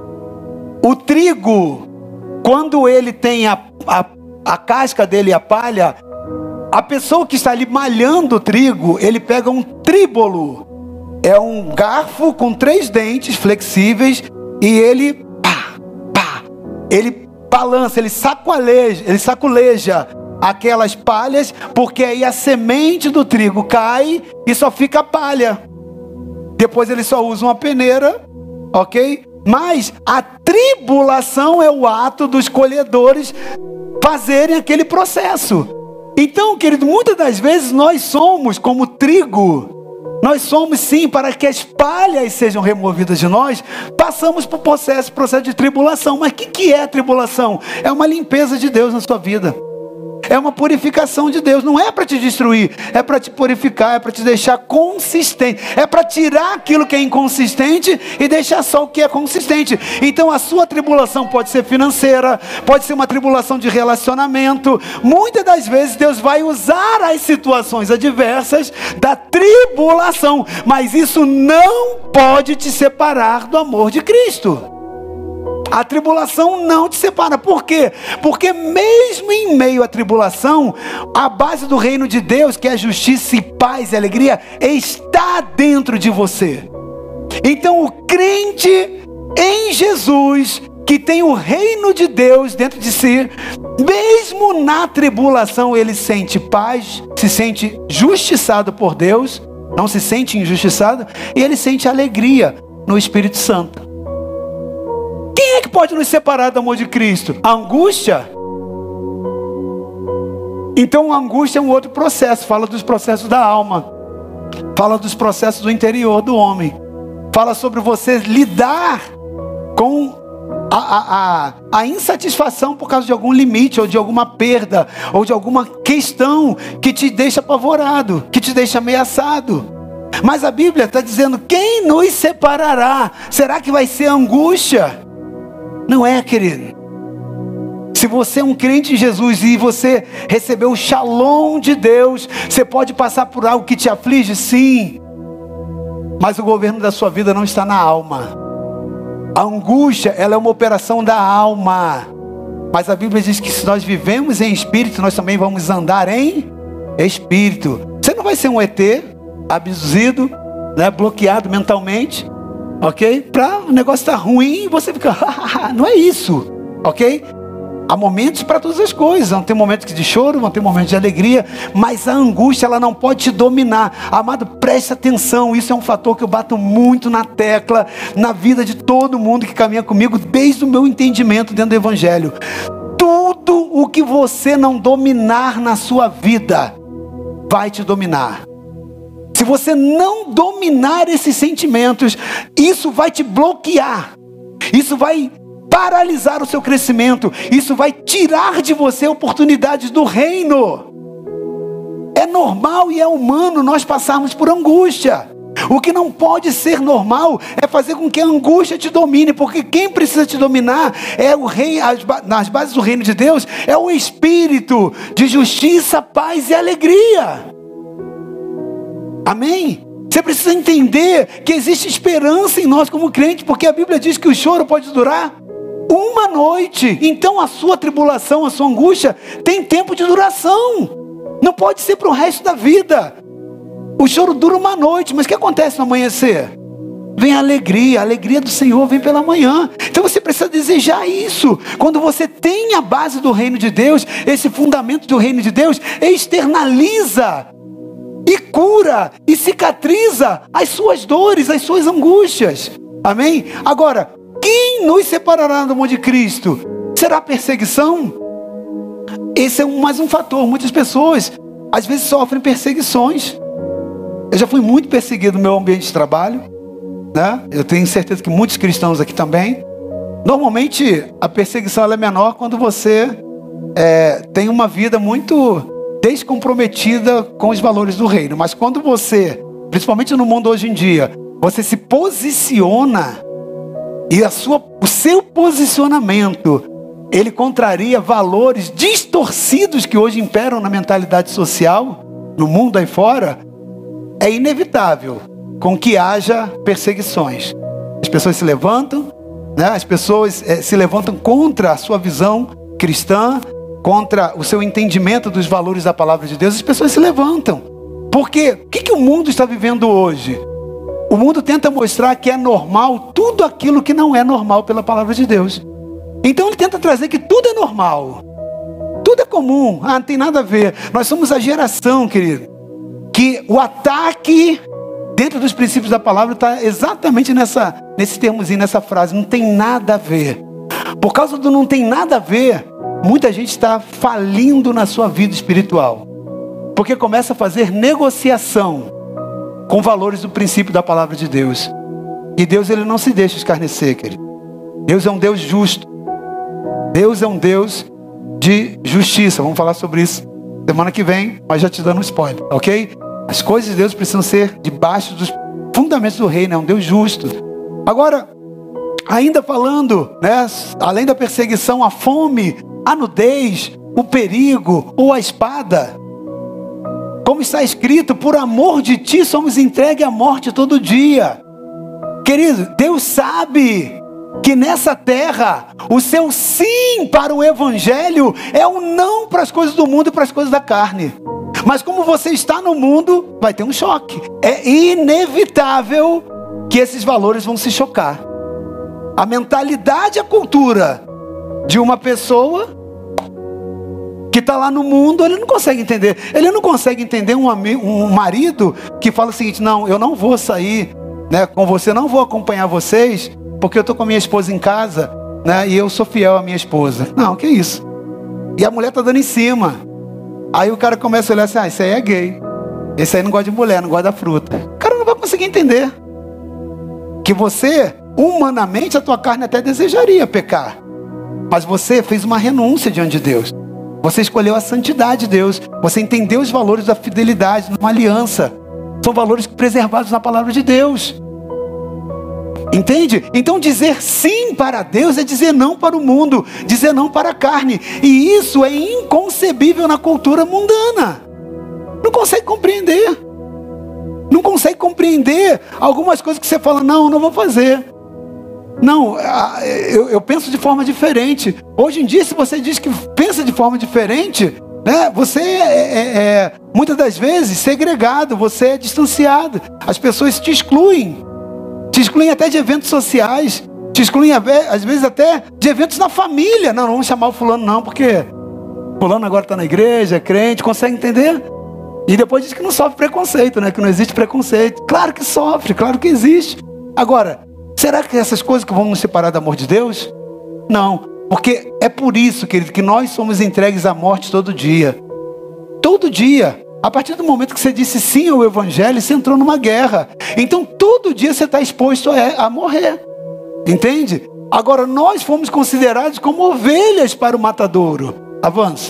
O trigo, quando ele tem a, a, a casca dele e a palha, a pessoa que está ali malhando o trigo, ele pega um tríbolo. É um garfo com três dentes flexíveis e ele, pá, pá, ele balança, ele sacoleja, ele sacoleja aquelas palhas, porque aí a semente do trigo cai e só fica palha. Depois ele só usa uma peneira, ok? Mas a tribulação é o ato dos colhedores fazerem aquele processo. Então, querido, muitas das vezes nós somos como trigo. Nós somos sim, para que as palhas sejam removidas de nós, passamos por processo, processo de tribulação. Mas o que, que é a tribulação? É uma limpeza de Deus na sua vida. É uma purificação de Deus. Não é para te destruir, é para te purificar, é para te deixar consistente, é para tirar aquilo que é inconsistente e deixar só o que é consistente. Então a sua tribulação pode ser financeira, pode ser uma tribulação de relacionamento. Muitas das vezes Deus vai usar as situações adversas da tribulação, mas isso não pode te separar do amor de Cristo. A tribulação não te separa. Por quê? Porque mesmo em meio à tribulação, a base do reino de Deus, que é justiça e paz e alegria, está dentro de você. Então o crente em Jesus, que tem o reino de Deus dentro de si, mesmo na tribulação ele sente paz, se sente justiçado por Deus, não se sente injustiçado, e ele sente alegria no Espírito Santo. Quem é que pode nos separar do amor de Cristo? A angústia? Então a angústia é um outro processo. Fala dos processos da alma. Fala dos processos do interior do homem. Fala sobre você lidar com a, a, a, a insatisfação por causa de algum limite, ou de alguma perda, ou de alguma questão que te deixa apavorado, que te deixa ameaçado. Mas a Bíblia está dizendo: quem nos separará? Será que vai ser angústia? Não é, querido. Se você é um crente em Jesus e você recebeu o shalom de Deus, você pode passar por algo que te aflige, sim. Mas o governo da sua vida não está na alma. A angústia, ela é uma operação da alma. Mas a Bíblia diz que se nós vivemos em espírito, nós também vamos andar em espírito. Você não vai ser um E T abduzido, né, bloqueado mentalmente, ok? Para o negócio estar ruim e você fica, não é isso, ok? Há momentos para todas as coisas. Vão ter momentos de choro, vão ter momentos de alegria, mas a angústia, ela não pode te dominar. Amado, preste atenção, isso é um fator que eu bato muito na tecla, na vida de todo mundo que caminha comigo, desde o meu entendimento dentro do Evangelho. Tudo o que você não dominar na sua vida, vai te dominar. Se você não dominar esses sentimentos, isso vai te bloquear. Isso vai paralisar o seu crescimento. Isso vai tirar de você oportunidades do reino. É normal e é humano nós passarmos por angústia. O que não pode ser normal é fazer com que a angústia te domine, porque quem precisa te dominar é o rei, as, nas bases do reino de Deus, é o espírito de justiça, paz e alegria. Amém? Você precisa entender que existe esperança em nós como crentes, porque a Bíblia diz que o choro pode durar uma noite. Então a sua tribulação, a sua angústia tem tempo de duração. Não pode ser para o resto da vida. O choro dura uma noite, mas o que acontece no amanhecer? Vem a alegria, a alegria do Senhor vem pela manhã. Então você precisa desejar isso. Quando você tem a base do reino de Deus, esse fundamento do reino de Deus, externaliza e cura e cicatriza as suas dores, as suas angústias. Amém? Agora, quem nos separará do amor de Cristo? Será perseguição? Esse é um, mais um fator. Muitas pessoas às vezes sofrem perseguições. Eu já fui muito perseguido no meu ambiente de trabalho, né? Eu tenho certeza que muitos cristãos aqui também. Normalmente a perseguição ela é menor quando você é, tem uma vida muito descomprometida com os valores do reino. Mas quando você, principalmente no mundo hoje em dia, você se posiciona e a sua, o seu posicionamento, ele contraria valores distorcidos que hoje imperam na mentalidade social, no mundo aí fora, é inevitável com que haja perseguições. As pessoas se levantam, né? As pessoas é, se levantam contra a sua visão cristã, contra o seu entendimento dos valores da palavra de Deus. As pessoas se levantam. Porque o que, que o mundo está vivendo hoje? O mundo tenta mostrar que é normal tudo aquilo que não é normal pela palavra de Deus. Então ele tenta trazer que tudo é normal. Tudo é comum. Ah, não tem nada a ver. Nós somos a geração, querido, que o ataque dentro dos princípios da palavra está exatamente nessa, nesse termozinho, nessa frase. Não tem nada a ver. Por causa do não tem nada a ver, muita gente está falindo na sua vida espiritual. Porque começa a fazer negociação com valores do princípio da palavra de Deus. E Deus, ele não se deixa escarnecer, querido. Deus é um Deus justo. Deus é um Deus de justiça. Vamos falar sobre isso semana que vem, mas já te dando um spoiler, ok? As coisas de Deus precisam ser debaixo dos fundamentos do reino. É um Deus justo. Agora, ainda falando, né, além da perseguição, a fome, a nudez, o perigo ou a espada. Como está escrito, por amor de ti somos entregues à morte todo dia. Querido, Deus sabe que nessa terra, o seu sim para o evangelho é um não para as coisas do mundo e para as coisas da carne. Mas como você está no mundo, vai ter um choque. É inevitável que esses valores vão se chocar. A mentalidade e a cultura de uma pessoa que está lá no mundo, ele não consegue entender. Ele não consegue entender um, amigo, um marido que fala o seguinte: não, eu não vou sair, né, com você, não vou acompanhar vocês, porque eu estou com a minha esposa em casa, né, e eu sou fiel à minha esposa. Não, que isso? E a mulher está dando em cima. Aí o cara começa a olhar assim: ah, esse aí é gay. Esse aí não gosta de mulher, não gosta da fruta. O cara não vai conseguir entender que você, humanamente, a tua carne até desejaria pecar, mas você fez uma renúncia diante de Deus. Você escolheu a santidade de Deus. Você entendeu os valores da fidelidade numa aliança. São valores preservados na palavra de Deus. Entende? Então dizer sim para Deus é dizer não para o mundo, dizer não para a carne. E isso é inconcebível na cultura mundana. Não consegue compreender. Não consegue compreender algumas coisas que você fala: não, não vou fazer. Não, eu, eu penso de forma diferente. Hoje em dia, se você diz que pensa de forma diferente, né, você é, é, é muitas das vezes segregado, você é distanciado. As pessoas te excluem. Te excluem até de eventos sociais. Te excluem às vezes até de eventos na família. Não, não vamos chamar o fulano não, porque fulano agora está na igreja, é crente, consegue entender? E depois diz que não sofre preconceito, né? Que não existe preconceito. Claro que sofre, claro que existe. Agora, será que essas coisas que vão nos separar do amor de Deus? Não, porque é por isso, querido, que nós somos entregues à morte todo dia. Todo dia. A partir do momento que você disse sim ao Evangelho, você entrou numa guerra. Então, todo dia você está exposto a, a morrer. Entende? Agora, nós fomos considerados como ovelhas para o matadouro. Avança.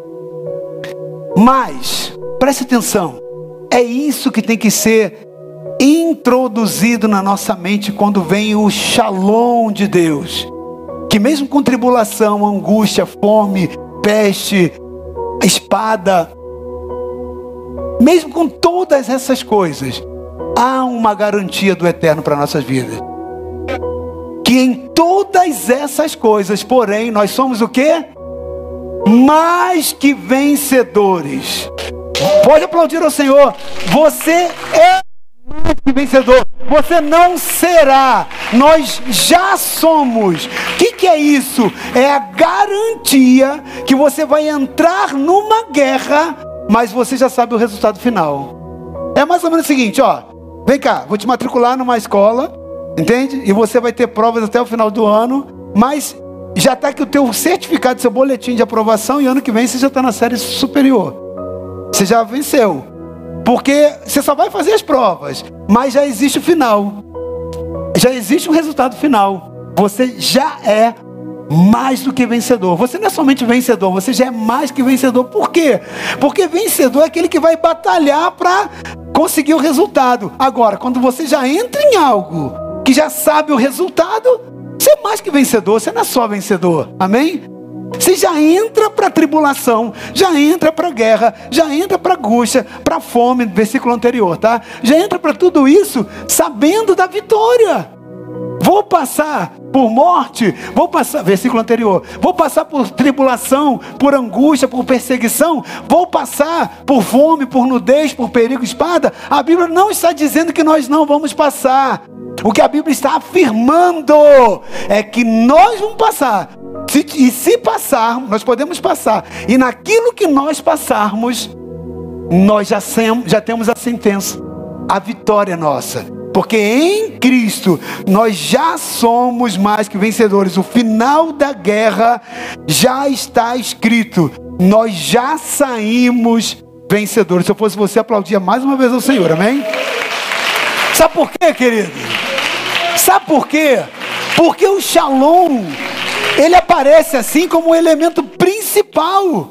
Mas, preste atenção. É isso que tem que ser introduzido na nossa mente quando vem o shalom de Deus. Que mesmo com tribulação, angústia, fome, peste, espada, mesmo com todas essas coisas, há uma garantia do eterno para nossas vidas. Que em todas essas coisas, porém, nós somos o quê? Mais que vencedores. Pode aplaudir ao Senhor. Você é mais que vencedor. Você não será. Nós já somos. O que, que é isso? É a garantia que você vai entrar numa guerra, mas você já sabe o resultado final. É mais ou menos o seguinte, ó. Vem cá, vou te matricular numa escola, entende? E você vai ter provas até o final do ano, mas já está aqui o teu certificado, seu boletim de aprovação, e ano que vem você já está na série superior. Você já venceu. Porque você só vai fazer as provas, mas já existe o final. Já existe o resultado final. Você já é mais do que vencedor. Você não é somente vencedor, você já é mais que vencedor. Por quê? Porque vencedor é aquele que vai batalhar para conseguir o resultado. Agora, quando você já entra em algo que já sabe o resultado, você é mais que vencedor, você não é só vencedor. Amém? Você já entra para a tribulação, já entra para a guerra, já entra para a angústia, para a fome, versículo anterior, tá? Já entra para tudo isso sabendo da vitória. Vou passar por morte, vou passar, versículo anterior, vou passar por tribulação, por angústia, por perseguição, vou passar por fome, por nudez, por perigo, espada. A Bíblia não está dizendo que nós não vamos passar. O que a Bíblia está afirmando é que nós vamos passar. Se, e se passarmos, nós podemos passar. E naquilo que nós passarmos, nós já, sem, já temos a sentença, a vitória nossa. Porque em Cristo nós já somos mais que vencedores. O final da guerra já está escrito. Nós já saímos vencedores. Se eu fosse você, aplaudia mais uma vez ao Senhor, amém? Sabe por quê, querido? Sabe por quê? Porque o Shalom, ele aparece assim como um elemento principal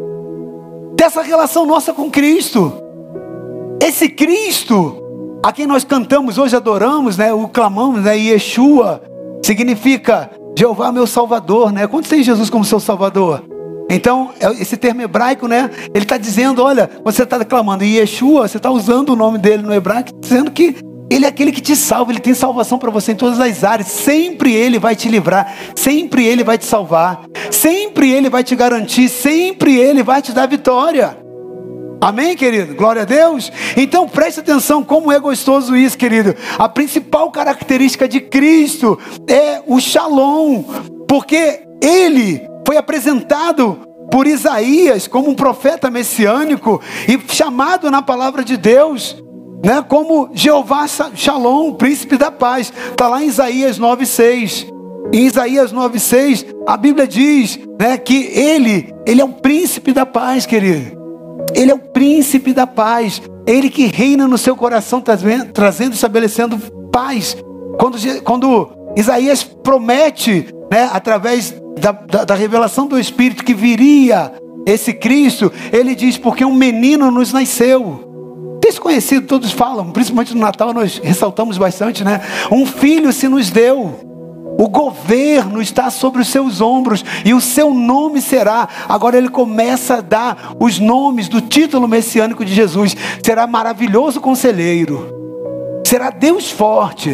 dessa relação nossa com Cristo. Esse Cristo a quem nós cantamos hoje, adoramos, né? O clamamos, né? Yeshua significa Jeová meu Salvador, né? Quantos tem Jesus como seu Salvador? Então, esse termo hebraico, né? Ele está dizendo, olha, você está clamando Yeshua, você está usando o nome dele no hebraico, dizendo que ele é aquele que te salva, ele tem salvação para você em todas as áreas. Sempre ele vai te livrar, sempre ele vai te salvar, sempre ele vai te garantir, sempre ele vai te dar vitória. Amém, querido? Glória a Deus. Então preste atenção como é gostoso isso, querido. A principal característica de Cristo é o Shalom, porque ele foi apresentado por Isaías como um profeta messiânico e chamado na palavra de Deus, né, como Jeová Shalom, príncipe da paz. Está lá em Isaías nove seis. Em Isaías nove seis, a Bíblia diz, né, que ele, ele é o príncipe da paz, querido. Ele é o príncipe da paz. Ele que reina no seu coração, trazendo, trazendo estabelecendo paz. Quando, quando Isaías promete, né, através da, da, da revelação do Espírito, que viria esse Cristo, ele diz, porque um menino nos nasceu. Desconhecido, todos falam, principalmente no Natal nós ressaltamos bastante, né? Um filho se nos deu. O governo está sobre os seus ombros e o seu nome será. Agora ele começa a dar os nomes do título messiânico de Jesus. Será maravilhoso conselheiro, será Deus forte,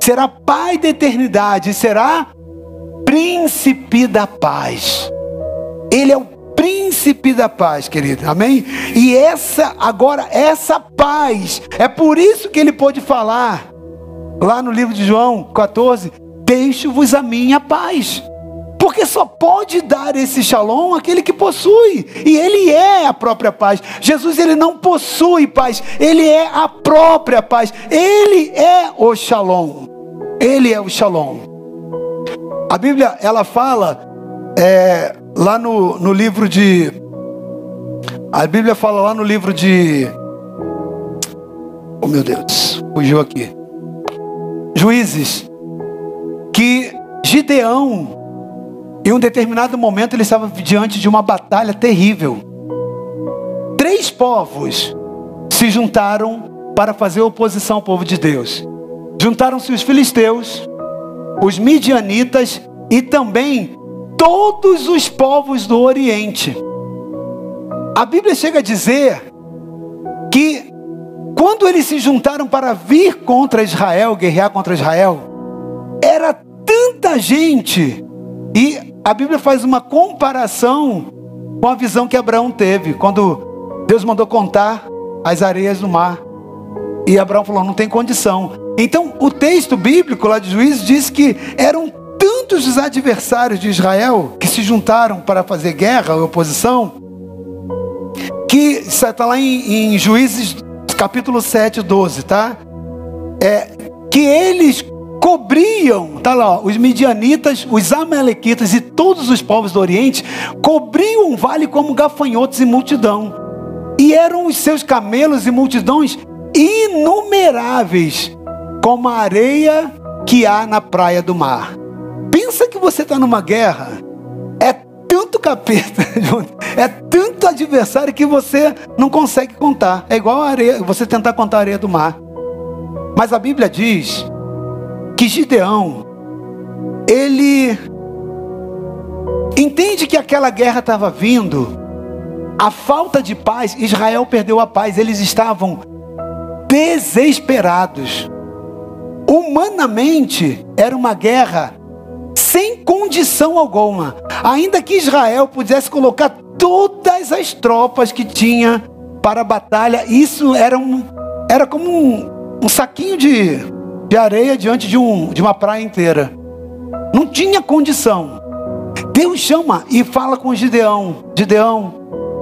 será Pai da eternidade e será Príncipe da paz. Ele é o Príncipe da paz, querido, amém? E essa, agora, essa paz, é por isso que ele pôde falar, lá no livro de João quatorze, deixo-vos a minha paz. Porque só pode dar esse shalom aquele que possui. E ele é a própria paz. Jesus, ele não possui paz. Ele é a própria paz. Ele é o shalom. Ele é o shalom. A Bíblia, ela fala, é, lá no, no livro de... A Bíblia fala lá no livro de... Oh, meu Deus, fugiu aqui. Juízes. Que Gideão... Em um determinado momento ele estava diante de uma batalha terrível. Três povos se juntaram para fazer oposição ao povo de Deus. Juntaram-se os filisteus, os midianitas e também todos os povos do Oriente. A Bíblia chega a dizer que quando eles se juntaram para vir contra Israel, guerrear contra Israel, era tanta gente. E a Bíblia faz uma comparação com a visão que Abraão teve, quando Deus mandou contar as areias do mar. E Abraão falou, não tem condição. Então o texto bíblico lá de Juízes diz que eram tantos os adversários de Israel que se juntaram para fazer guerra ou oposição, que está lá em, em Juízes capítulo sete, doze, tá? É, que eles cobriam, tá lá, ó, os midianitas, os amalequitas e todos os povos do Oriente cobriam um vale como gafanhotos e multidão, e eram os seus camelos e multidões inumeráveis como a areia que há na praia do mar. Pensa que você está numa guerra, é tanto capeta, é tanto adversário que você não consegue contar. É igual a areia, você tentar contar a areia do mar. Mas a Bíblia diz que Gideão, ele entende que aquela guerra estava vindo, a falta de paz, Israel perdeu a paz, eles estavam desesperados. Humanamente, era uma guerra sem condição alguma, ainda que Israel pudesse colocar todas as tropas que tinha para a batalha, isso era, um, era como um, um saquinho de... de areia diante de, um, de uma praia inteira. Não tinha condição. Deus chama e fala com Gideão. Gideão,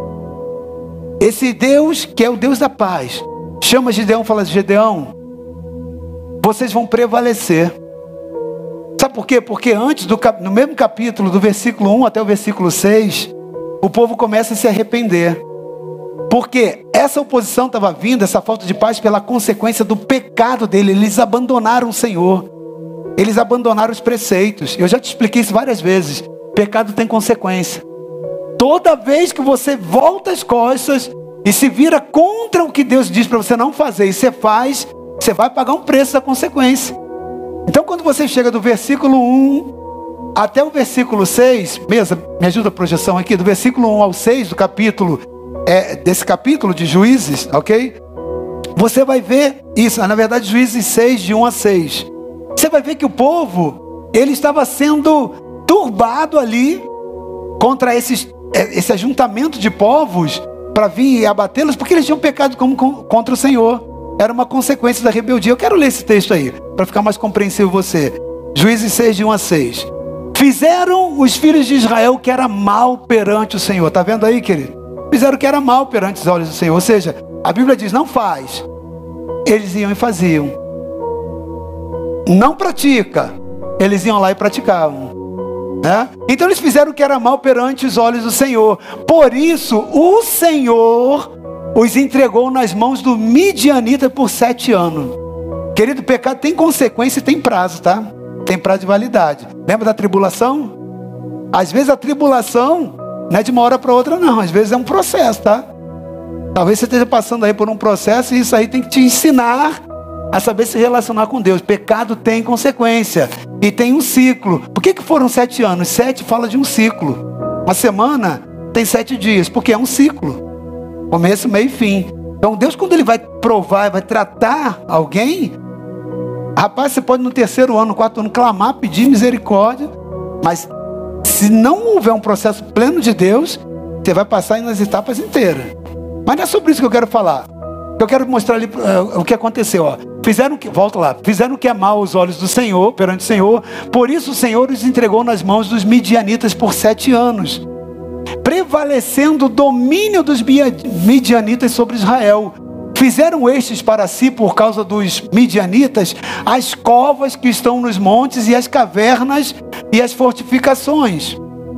esse Deus que é o Deus da paz, chama Gideão e fala, Gideão, vocês vão prevalecer. Sabe por quê? Porque antes, do, no mesmo capítulo, do versículo um até o versículo seis, o povo começa a se arrepender. Porque essa oposição estava vindo, essa falta de paz, pela consequência do pecado dele. Eles abandonaram o Senhor. Eles abandonaram os preceitos. Eu já te expliquei isso várias vezes. Pecado tem consequência. Toda vez que você volta as costas e se vira contra o que Deus diz para você não fazer, e você faz, você vai pagar um preço da consequência. Então quando você chega do versículo um até o versículo seis, mesa, me ajuda a projeção aqui, do versículo um ao seis do capítulo, É, desse capítulo de Juízes, ok? Você vai ver isso, na verdade Juízes seis, de um a seis. Você vai ver que o povo, ele estava sendo turbado ali, contra esses, esse ajuntamento de povos, para vir e abatê-los, porque eles tinham pecado como, contra o Senhor. Era uma consequência da rebeldia. Eu quero ler esse texto aí, para ficar mais compreensível você. Juízes seis, de um a seis. Fizeram os filhos de Israel que era mal perante o Senhor. Está vendo aí, querido? Fizeram o que era mal perante os olhos do Senhor. Ou seja, a Bíblia diz, não faz. Eles iam e faziam. Não pratica. Eles iam lá e praticavam. Né? Então eles fizeram o que era mal perante os olhos do Senhor. Por isso, o Senhor os entregou nas mãos do midianita por sete anos. Querido, o pecado tem consequência e tem prazo, tá? Tem prazo de validade. Lembra da tribulação? Às vezes a tribulação não é de uma hora para outra, não. Às vezes é um processo, tá? Talvez você esteja passando aí por um processo e isso aí tem que te ensinar a saber se relacionar com Deus. Pecado tem consequência e tem um ciclo. Por que que foram sete anos? Sete fala de um ciclo. Uma semana tem sete dias, porque é um ciclo. Começo, meio e fim. Então Deus, quando Ele vai provar, vai tratar alguém, Rapaz, você pode no terceiro ano, no quarto ano, clamar, pedir misericórdia, mas se não houver um processo pleno de Deus, você vai passar nas etapas inteiras. Mas não é sobre isso que eu quero falar. Eu quero mostrar ali uh, o que aconteceu. Ó. Fizeram que, volta lá, fizeram o que é mal aos olhos do Senhor, perante o Senhor. Por isso o Senhor os entregou nas mãos dos midianitas por sete anos, prevalecendo o domínio dos midianitas sobre Israel. Fizeram estes para si, por causa dos midianitas, as covas que estão nos montes e as cavernas e as fortificações.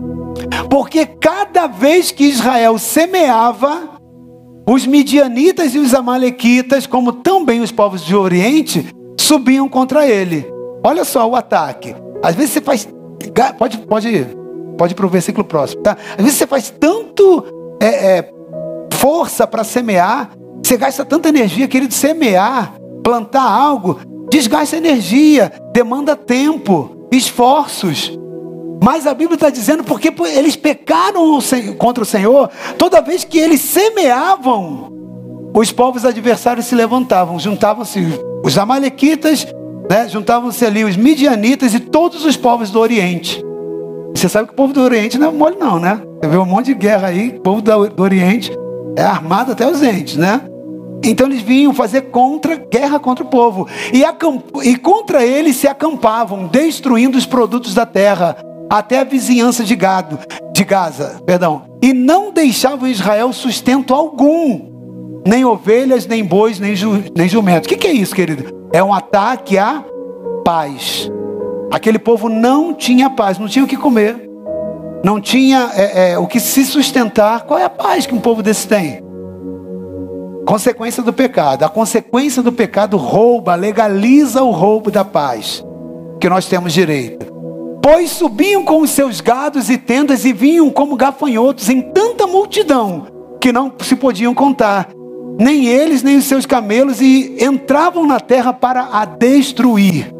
Porque cada vez que Israel semeava, os midianitas e os amalequitas, como também os povos do Oriente, subiam contra ele. Olha só o ataque. Às vezes você faz... Pode, pode, pode ir para o versículo próximo, tá? Às vezes você faz tanto é, é, força para semear, você gasta tanta energia, querido, semear, plantar algo, desgasta energia, demanda tempo, esforços. Mas a Bíblia está dizendo porque eles pecaram contra o Senhor. Toda vez que eles semeavam, os povos adversários se levantavam. Juntavam-se os amalequitas, né? Juntavam-se ali os midianitas e todos os povos do Oriente. Você sabe que o povo do Oriente não é mole não, né? Você vê um monte de guerra aí, o povo do Oriente é armado até os dentes, né? Então eles vinham fazer contra, guerra contra o povo. E, acamp, e contra eles se acampavam, destruindo os produtos da terra, até a vizinhança de gado, de Gaza, perdão. E não deixavam Israel sustento algum, nem ovelhas, nem bois, nem, ju, nem jumentos. O que, que é isso, querido? É um ataque à paz. Aquele povo não tinha paz, não tinha o que comer, não tinha é, é, o que se sustentar. Qual é a paz que um povo desse tem? Consequência do pecado. A consequência do pecado rouba, legaliza o roubo da paz que nós temos direito. Pois subiam com os seus gados e tendas e vinham como gafanhotos em tanta multidão que não se podiam contar, nem eles nem os seus camelos, e entravam na terra para a destruir.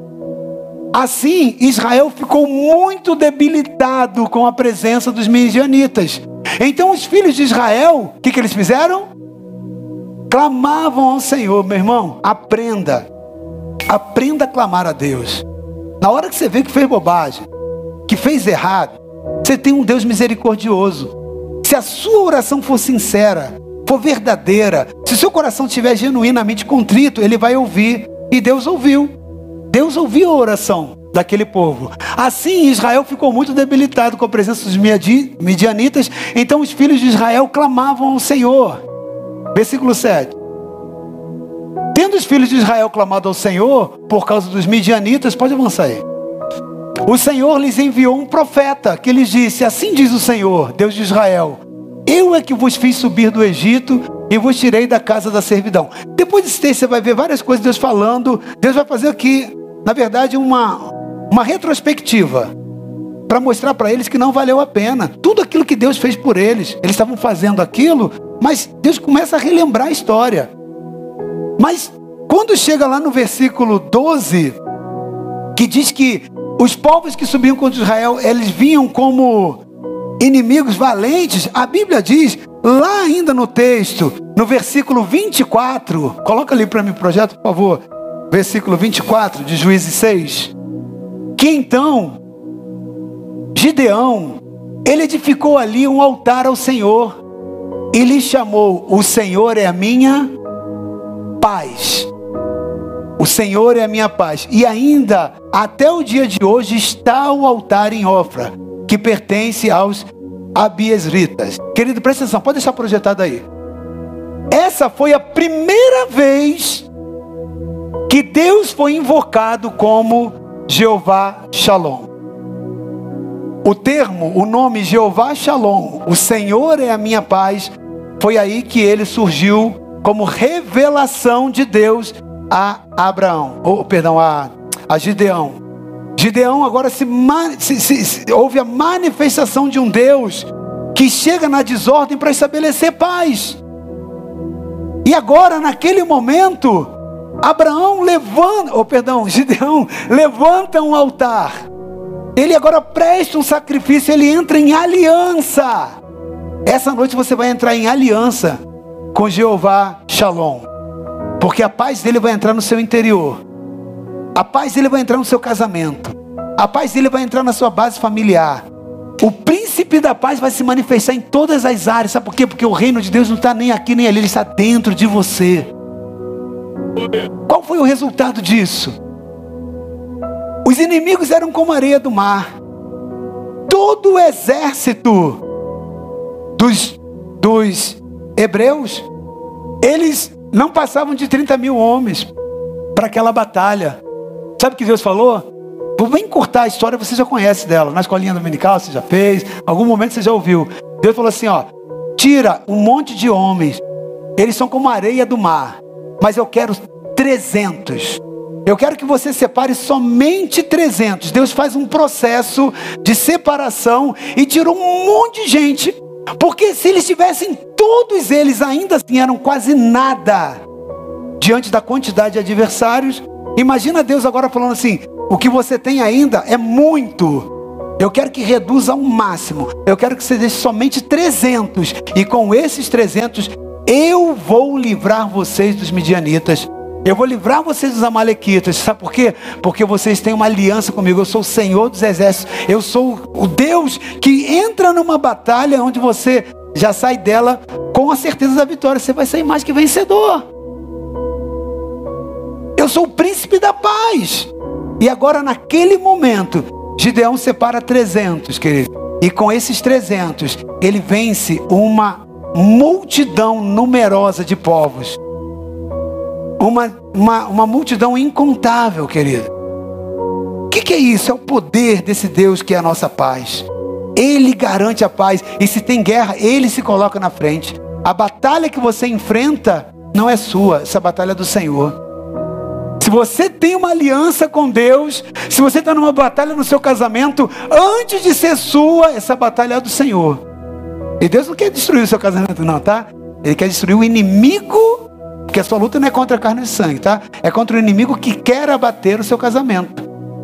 Assim Israel ficou muito debilitado com a presença dos midianitas. Então os filhos de Israel, o que, que eles fizeram? Clamavam ao Senhor. Meu irmão, aprenda. Aprenda a clamar a Deus. Na hora que você vê que fez bobagem, que fez errado, você tem um Deus misericordioso. Se a sua oração for sincera, for verdadeira, se o seu coração estiver genuinamente contrito, Ele vai ouvir. E Deus ouviu. Deus ouviu a oração daquele povo. Assim Israel ficou muito debilitado com a presença dos midianitas. Então os filhos de Israel clamavam ao Senhor. Versículo sete. Tendo os filhos de Israel clamado ao Senhor por causa dos midianitas, pode avançar aí. O Senhor lhes enviou um profeta que lhes disse: assim diz o Senhor, Deus de Israel: eu é que vos fiz subir do Egito e vos tirei da casa da servidão. Depois desse texto você vai ver várias coisas Deus falando. Deus vai fazer aqui, na verdade, uma, uma retrospectiva para mostrar para eles que não valeu a pena. Tudo aquilo que Deus fez por eles, eles estavam fazendo aquilo, mas Deus começa a relembrar a história. Mas quando chega lá no versículo doze, que diz que os povos que subiam contra Israel, eles vinham como inimigos valentes, a Bíblia diz, lá ainda no texto, no versículo vinte e quatro, coloca ali para mim, projeto, por favor, versículo vinte e quatro de Juízes seis, que então Gideão, ele edificou ali um altar ao Senhor, e lhe chamou: o Senhor é a minha paz. O Senhor é a minha paz. E ainda, até o dia de hoje, está o altar em Ofra, que pertence aos abiesritas. Querido, presta atenção, pode deixar projetado aí. Essa foi a primeira vez que Deus foi invocado como Jeová Shalom. O termo, o nome Jeová Shalom, o Senhor é a minha paz, foi aí que ele surgiu como revelação de Deus a Abraão, ou perdão, a, a Gideão. Gideão agora se, se, se, se houve a manifestação de um Deus que chega na desordem para estabelecer paz. E agora, naquele momento, Abraão levanta, ou perdão, Gideão levanta um altar. Ele agora presta um sacrifício, ele entra em aliança. Essa noite você vai entrar em aliança com Jeová Shalom, porque a paz dele vai entrar no seu interior. A paz dele vai entrar no seu casamento. A paz dele vai entrar na sua base familiar. O príncipe da paz vai se manifestar em todas as áreas. Sabe por quê? Porque o reino de Deus não está nem aqui nem ali, ele está dentro de você. Qual foi o resultado disso? Os inimigos eram como a areia do mar. Todo o exército dos, dos hebreus, eles não passavam de trinta mil homens para aquela batalha. Sabe o que Deus falou? Vou bem encurtar a história, você já conhece dela. Na escolinha dominical você já fez, em algum momento você já ouviu. Deus falou assim, ó, tira um monte de homens, eles são como a areia do mar, mas eu quero trezentos. Eu quero que você separe somente trezentos. Deus faz um processo de separação e tirou um monte de gente. Porque se eles tivessem, todos eles ainda assim eram quase nada diante da quantidade de adversários. Imagina Deus agora falando assim, o que você tem ainda é muito. Eu quero que reduza ao máximo. Eu quero que você deixe somente trezentos. E com esses trezentos, eu vou livrar vocês dos midianitas. Eu vou livrar vocês dos amalequitas. Sabe por quê? Porque vocês têm uma aliança comigo. Eu sou o Senhor dos exércitos. Eu sou o Deus que entra numa batalha onde você já sai dela com a certeza da vitória. Você vai sair mais que vencedor. Eu sou o príncipe da paz. E agora naquele momento, Gideão separa trezentos, querido. E com esses trezentos, ele vence uma multidão numerosa de povos. Uma, uma, uma multidão incontável, querido. O que, que é isso? É o poder desse Deus que é a nossa paz. Ele garante a paz. E se tem guerra, ele se coloca na frente. A batalha que você enfrenta não é sua. Essa batalha é do Senhor. Se você tem uma aliança com Deus, se você está numa batalha no seu casamento, antes de ser sua, essa batalha é do Senhor. E Deus não quer destruir o seu casamento não, tá? Ele quer destruir o inimigo. Porque a sua luta não é contra a carne e sangue, tá? É contra o inimigo que quer abater o seu casamento.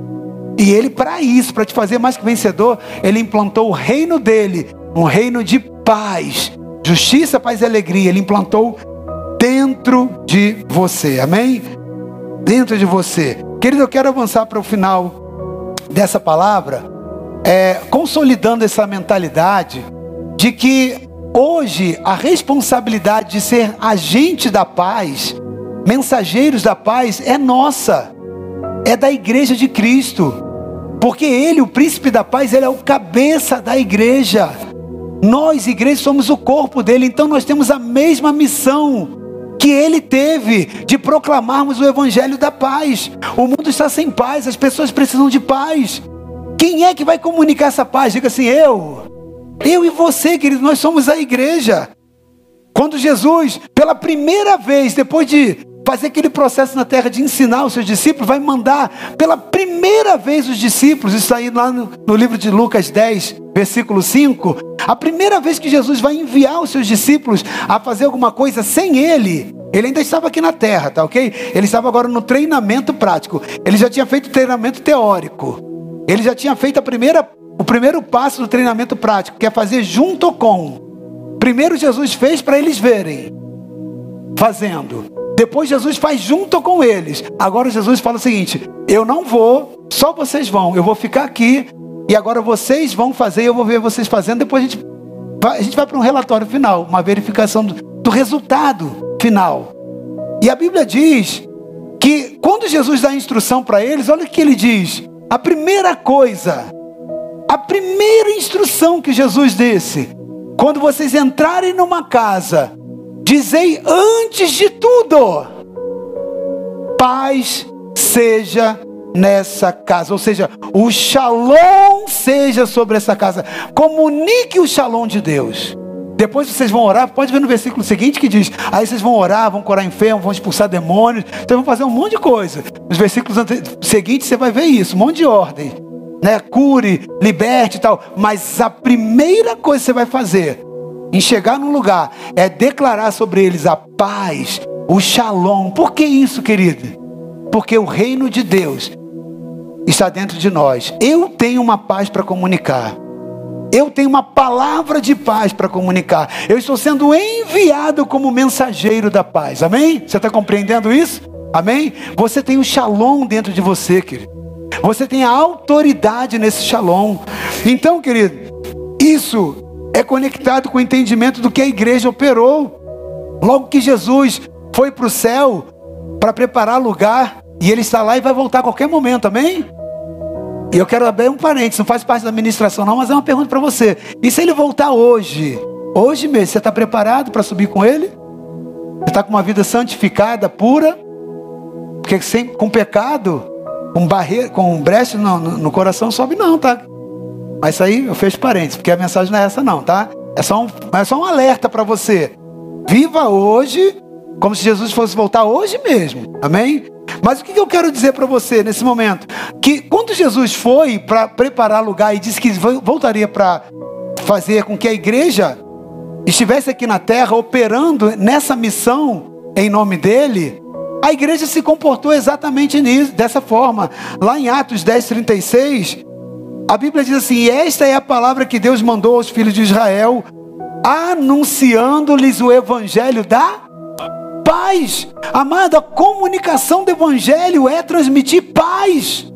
E ele, para isso, para te fazer mais que vencedor, ele implantou o reino dele, um reino de paz, justiça, paz e alegria. Ele implantou dentro de você, amém? Dentro de você. Querido, eu quero avançar para o final dessa palavra, é, consolidando essa mentalidade de que hoje, a responsabilidade de ser agente da paz, mensageiros da paz, é nossa, é da igreja de Cristo, porque Ele, o príncipe da paz, Ele é o cabeça da igreja. Nós, igreja, somos o corpo dele, então nós temos a mesma missão que Ele teve, de proclamarmos o evangelho da paz. O mundo está sem paz, as pessoas precisam de paz. Quem é que vai comunicar essa paz? Diga assim, eu... Eu e você, querido, nós somos a igreja. Quando Jesus, pela primeira vez, depois de fazer aquele processo na terra de ensinar os seus discípulos, vai mandar pela primeira vez os discípulos, isso aí lá no, no livro de Lucas dez, versículo cinco, a primeira vez que Jesus vai enviar os seus discípulos a fazer alguma coisa sem ele, ele ainda estava aqui na terra, tá ok? Ele estava agora no treinamento prático, ele já tinha feito o treinamento teórico, ele já tinha feito a primeira O primeiro passo do treinamento prático, que é fazer junto com. Primeiro Jesus fez para eles verem, fazendo. Depois Jesus faz junto com eles. Agora Jesus fala o seguinte, eu não vou, só vocês vão. Eu vou ficar aqui e agora vocês vão fazer, eu vou ver vocês fazendo. Depois a gente vai, a gente vai para um relatório final, uma verificação do, do resultado final. E a Bíblia diz que quando Jesus dá a instrução para eles, olha o que ele diz. A primeira coisa... A primeira instrução que Jesus disse, quando vocês entrarem numa casa, dizei antes de tudo, paz seja nessa casa. Ou seja, o shalom seja sobre essa casa. Comunique o shalom de Deus. Depois vocês vão orar, pode ver no versículo seguinte que diz, aí vocês vão orar, vão curar enfermos, vão expulsar demônios, então vão fazer um monte de coisa. Nos versículos seguintes você vai ver isso, um monte de ordem. Né? Cure, liberte e tal. Mas a primeira coisa que você vai fazer em chegar num lugar é declarar sobre eles a paz, o shalom. Por que isso, querido? Porque o reino de Deus está dentro de nós. Eu tenho uma paz para comunicar. Eu tenho uma palavra de paz para comunicar. Eu estou sendo enviado como mensageiro da paz. Amém? Você está compreendendo isso? Amém? Você tem o shalom dentro de você, querido. Você tem a autoridade nesse shalom. Então, querido, isso é conectado com o entendimento do que a igreja operou. Logo que Jesus foi para o céu para preparar lugar, e ele está lá e vai voltar a qualquer momento, amém? E eu quero abrir um parênteses, não faz parte da ministração não, mas é uma pergunta para você. E se ele voltar hoje? Hoje mesmo, você está preparado para subir com ele? Você está com uma vida santificada, pura? Porque sem, com pecado, com barreira, com brecha no, no, no coração sobe não, tá? Mas isso aí eu fecho parênteses, porque a mensagem não é essa não, tá? É só um, é só um alerta para você. Viva hoje, como se Jesus fosse voltar hoje mesmo, amém? Mas o que eu quero dizer para você nesse momento? Que quando Jesus foi para preparar lugar e disse que voltaria para fazer com que a igreja estivesse aqui na terra operando nessa missão em nome dele, a igreja se comportou exatamente nisso, dessa forma. Lá em Atos dez, trinta e seis, a Bíblia diz assim: e esta é a palavra que Deus mandou aos filhos de Israel, anunciando-lhes o evangelho da paz. Amado, a comunicação do evangelho é transmitir paz.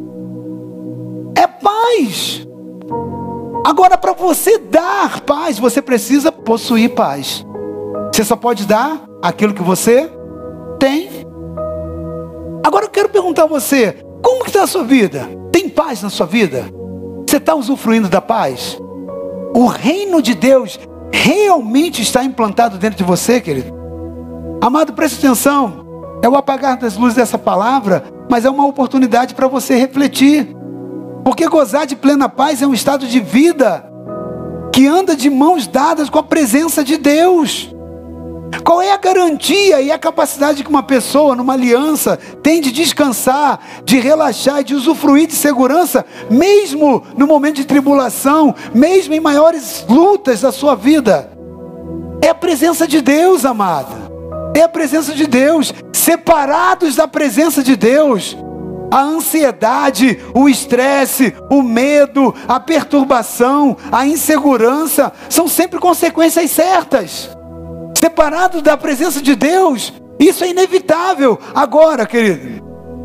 É paz. Agora, para você dar paz, você precisa possuir paz. Você só pode dar aquilo que você tem. Agora eu quero perguntar a você: como que está a sua vida? Tem paz na sua vida? Você está usufruindo da paz? O reino de Deus realmente está implantado dentro de você, querido? Amado, preste atenção. É o apagar das luzes dessa palavra, mas é uma oportunidade para você refletir. Porque gozar de plena paz é um estado de vida que anda de mãos dadas com a presença de Deus. Qual é a garantia e a capacidade que uma pessoa, numa aliança, tem de descansar, de relaxar e de usufruir de segurança, mesmo no momento de tribulação, mesmo em maiores lutas da sua vida? É a presença de Deus, amada. É a presença de Deus. Separados da presença de Deus, a ansiedade, o estresse, o medo, a perturbação, a insegurança são sempre consequências certas. Separados da presença de Deus, isso é inevitável. Agora, querido,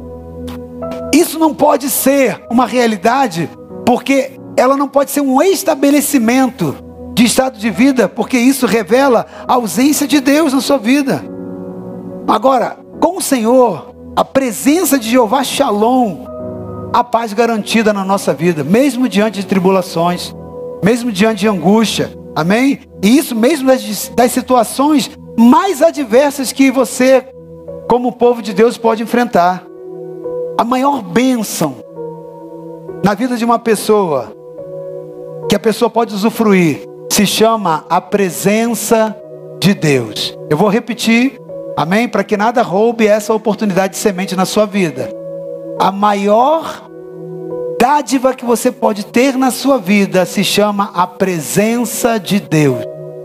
isso não pode ser uma realidade, porque ela não pode ser um estabelecimento de estado de vida, porque isso revela a ausência de Deus na sua vida. Agora, com o Senhor, a presença de Jeová Shalom, a paz garantida na nossa vida, mesmo diante de tribulações, mesmo diante de angústia, amém? E isso mesmo das, das situações mais adversas que você, como povo de Deus, pode enfrentar. A maior bênção na vida de uma pessoa, que a pessoa pode usufruir, se chama a presença de Deus. Eu vou repetir, amém? Para que nada roube essa oportunidade de semente na sua vida. A maior dádiva que você pode ter na sua vida se chama a presença de Deus.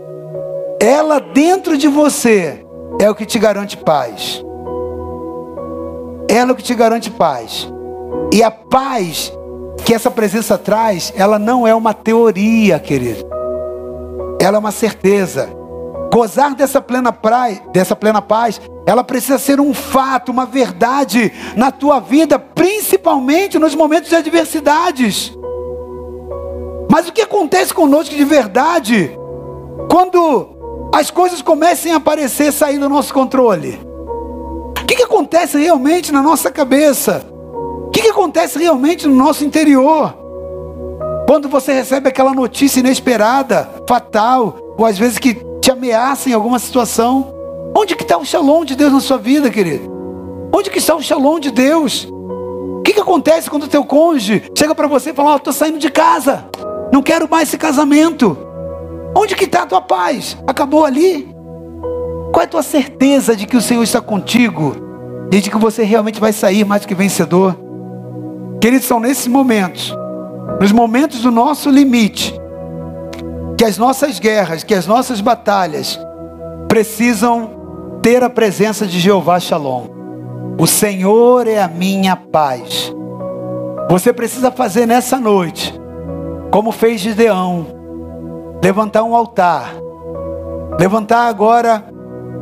Ela dentro de você é o que te garante paz. Ela é o que te garante paz. E a paz que essa presença traz, ela não é uma teoria, querido. Ela é uma certeza. Gozar dessa plena, praia, dessa plena paz, ela precisa ser um fato, uma verdade na tua vida, principalmente nos momentos de adversidades. Mas o que acontece conosco de verdade quando as coisas comecem a aparecer, sair do nosso controle? O que, que acontece realmente na nossa cabeça? O que, que acontece realmente no nosso interior? Quando você recebe aquela notícia inesperada, fatal, ou às vezes que te ameaça em alguma situação. Onde que está o shalom de Deus na sua vida, querido? Onde que está o shalom de Deus? O que, que acontece quando o teu cônjuge chega para você e fala: ó, oh, estou saindo de casa, não quero mais esse casamento? Onde que está a tua paz? Acabou ali? Qual é a tua certeza de que o Senhor está contigo e de que você realmente vai sair mais do que vencedor? Queridos, são nesses momentos, nos momentos do nosso limite, que as nossas guerras, que as nossas batalhas precisam ter a presença de Jeová Shalom. O Senhor é a minha paz. Você precisa fazer nessa noite, como fez Gideão, levantar um altar, levantar agora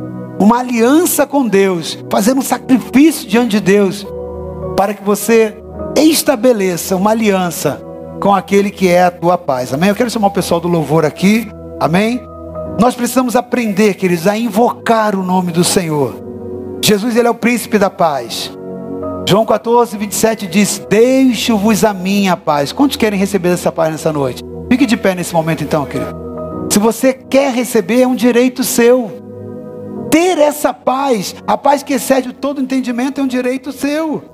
uma aliança com Deus, fazendo um sacrifício diante de Deus, para que você estabeleça uma aliança com aquele que é a tua paz. Amém? Eu quero chamar o pessoal do louvor aqui. Amém? Nós precisamos aprender, queridos, a invocar o nome do Senhor. Jesus, ele é o príncipe da paz. João quatorze, vinte e sete diz: deixo-vos a minha paz. Quantos querem receber essa paz nessa noite? Fique de pé nesse momento então, querido. Se você quer receber, é um direito seu. Ter essa paz, a paz que excede todo entendimento, é um direito seu.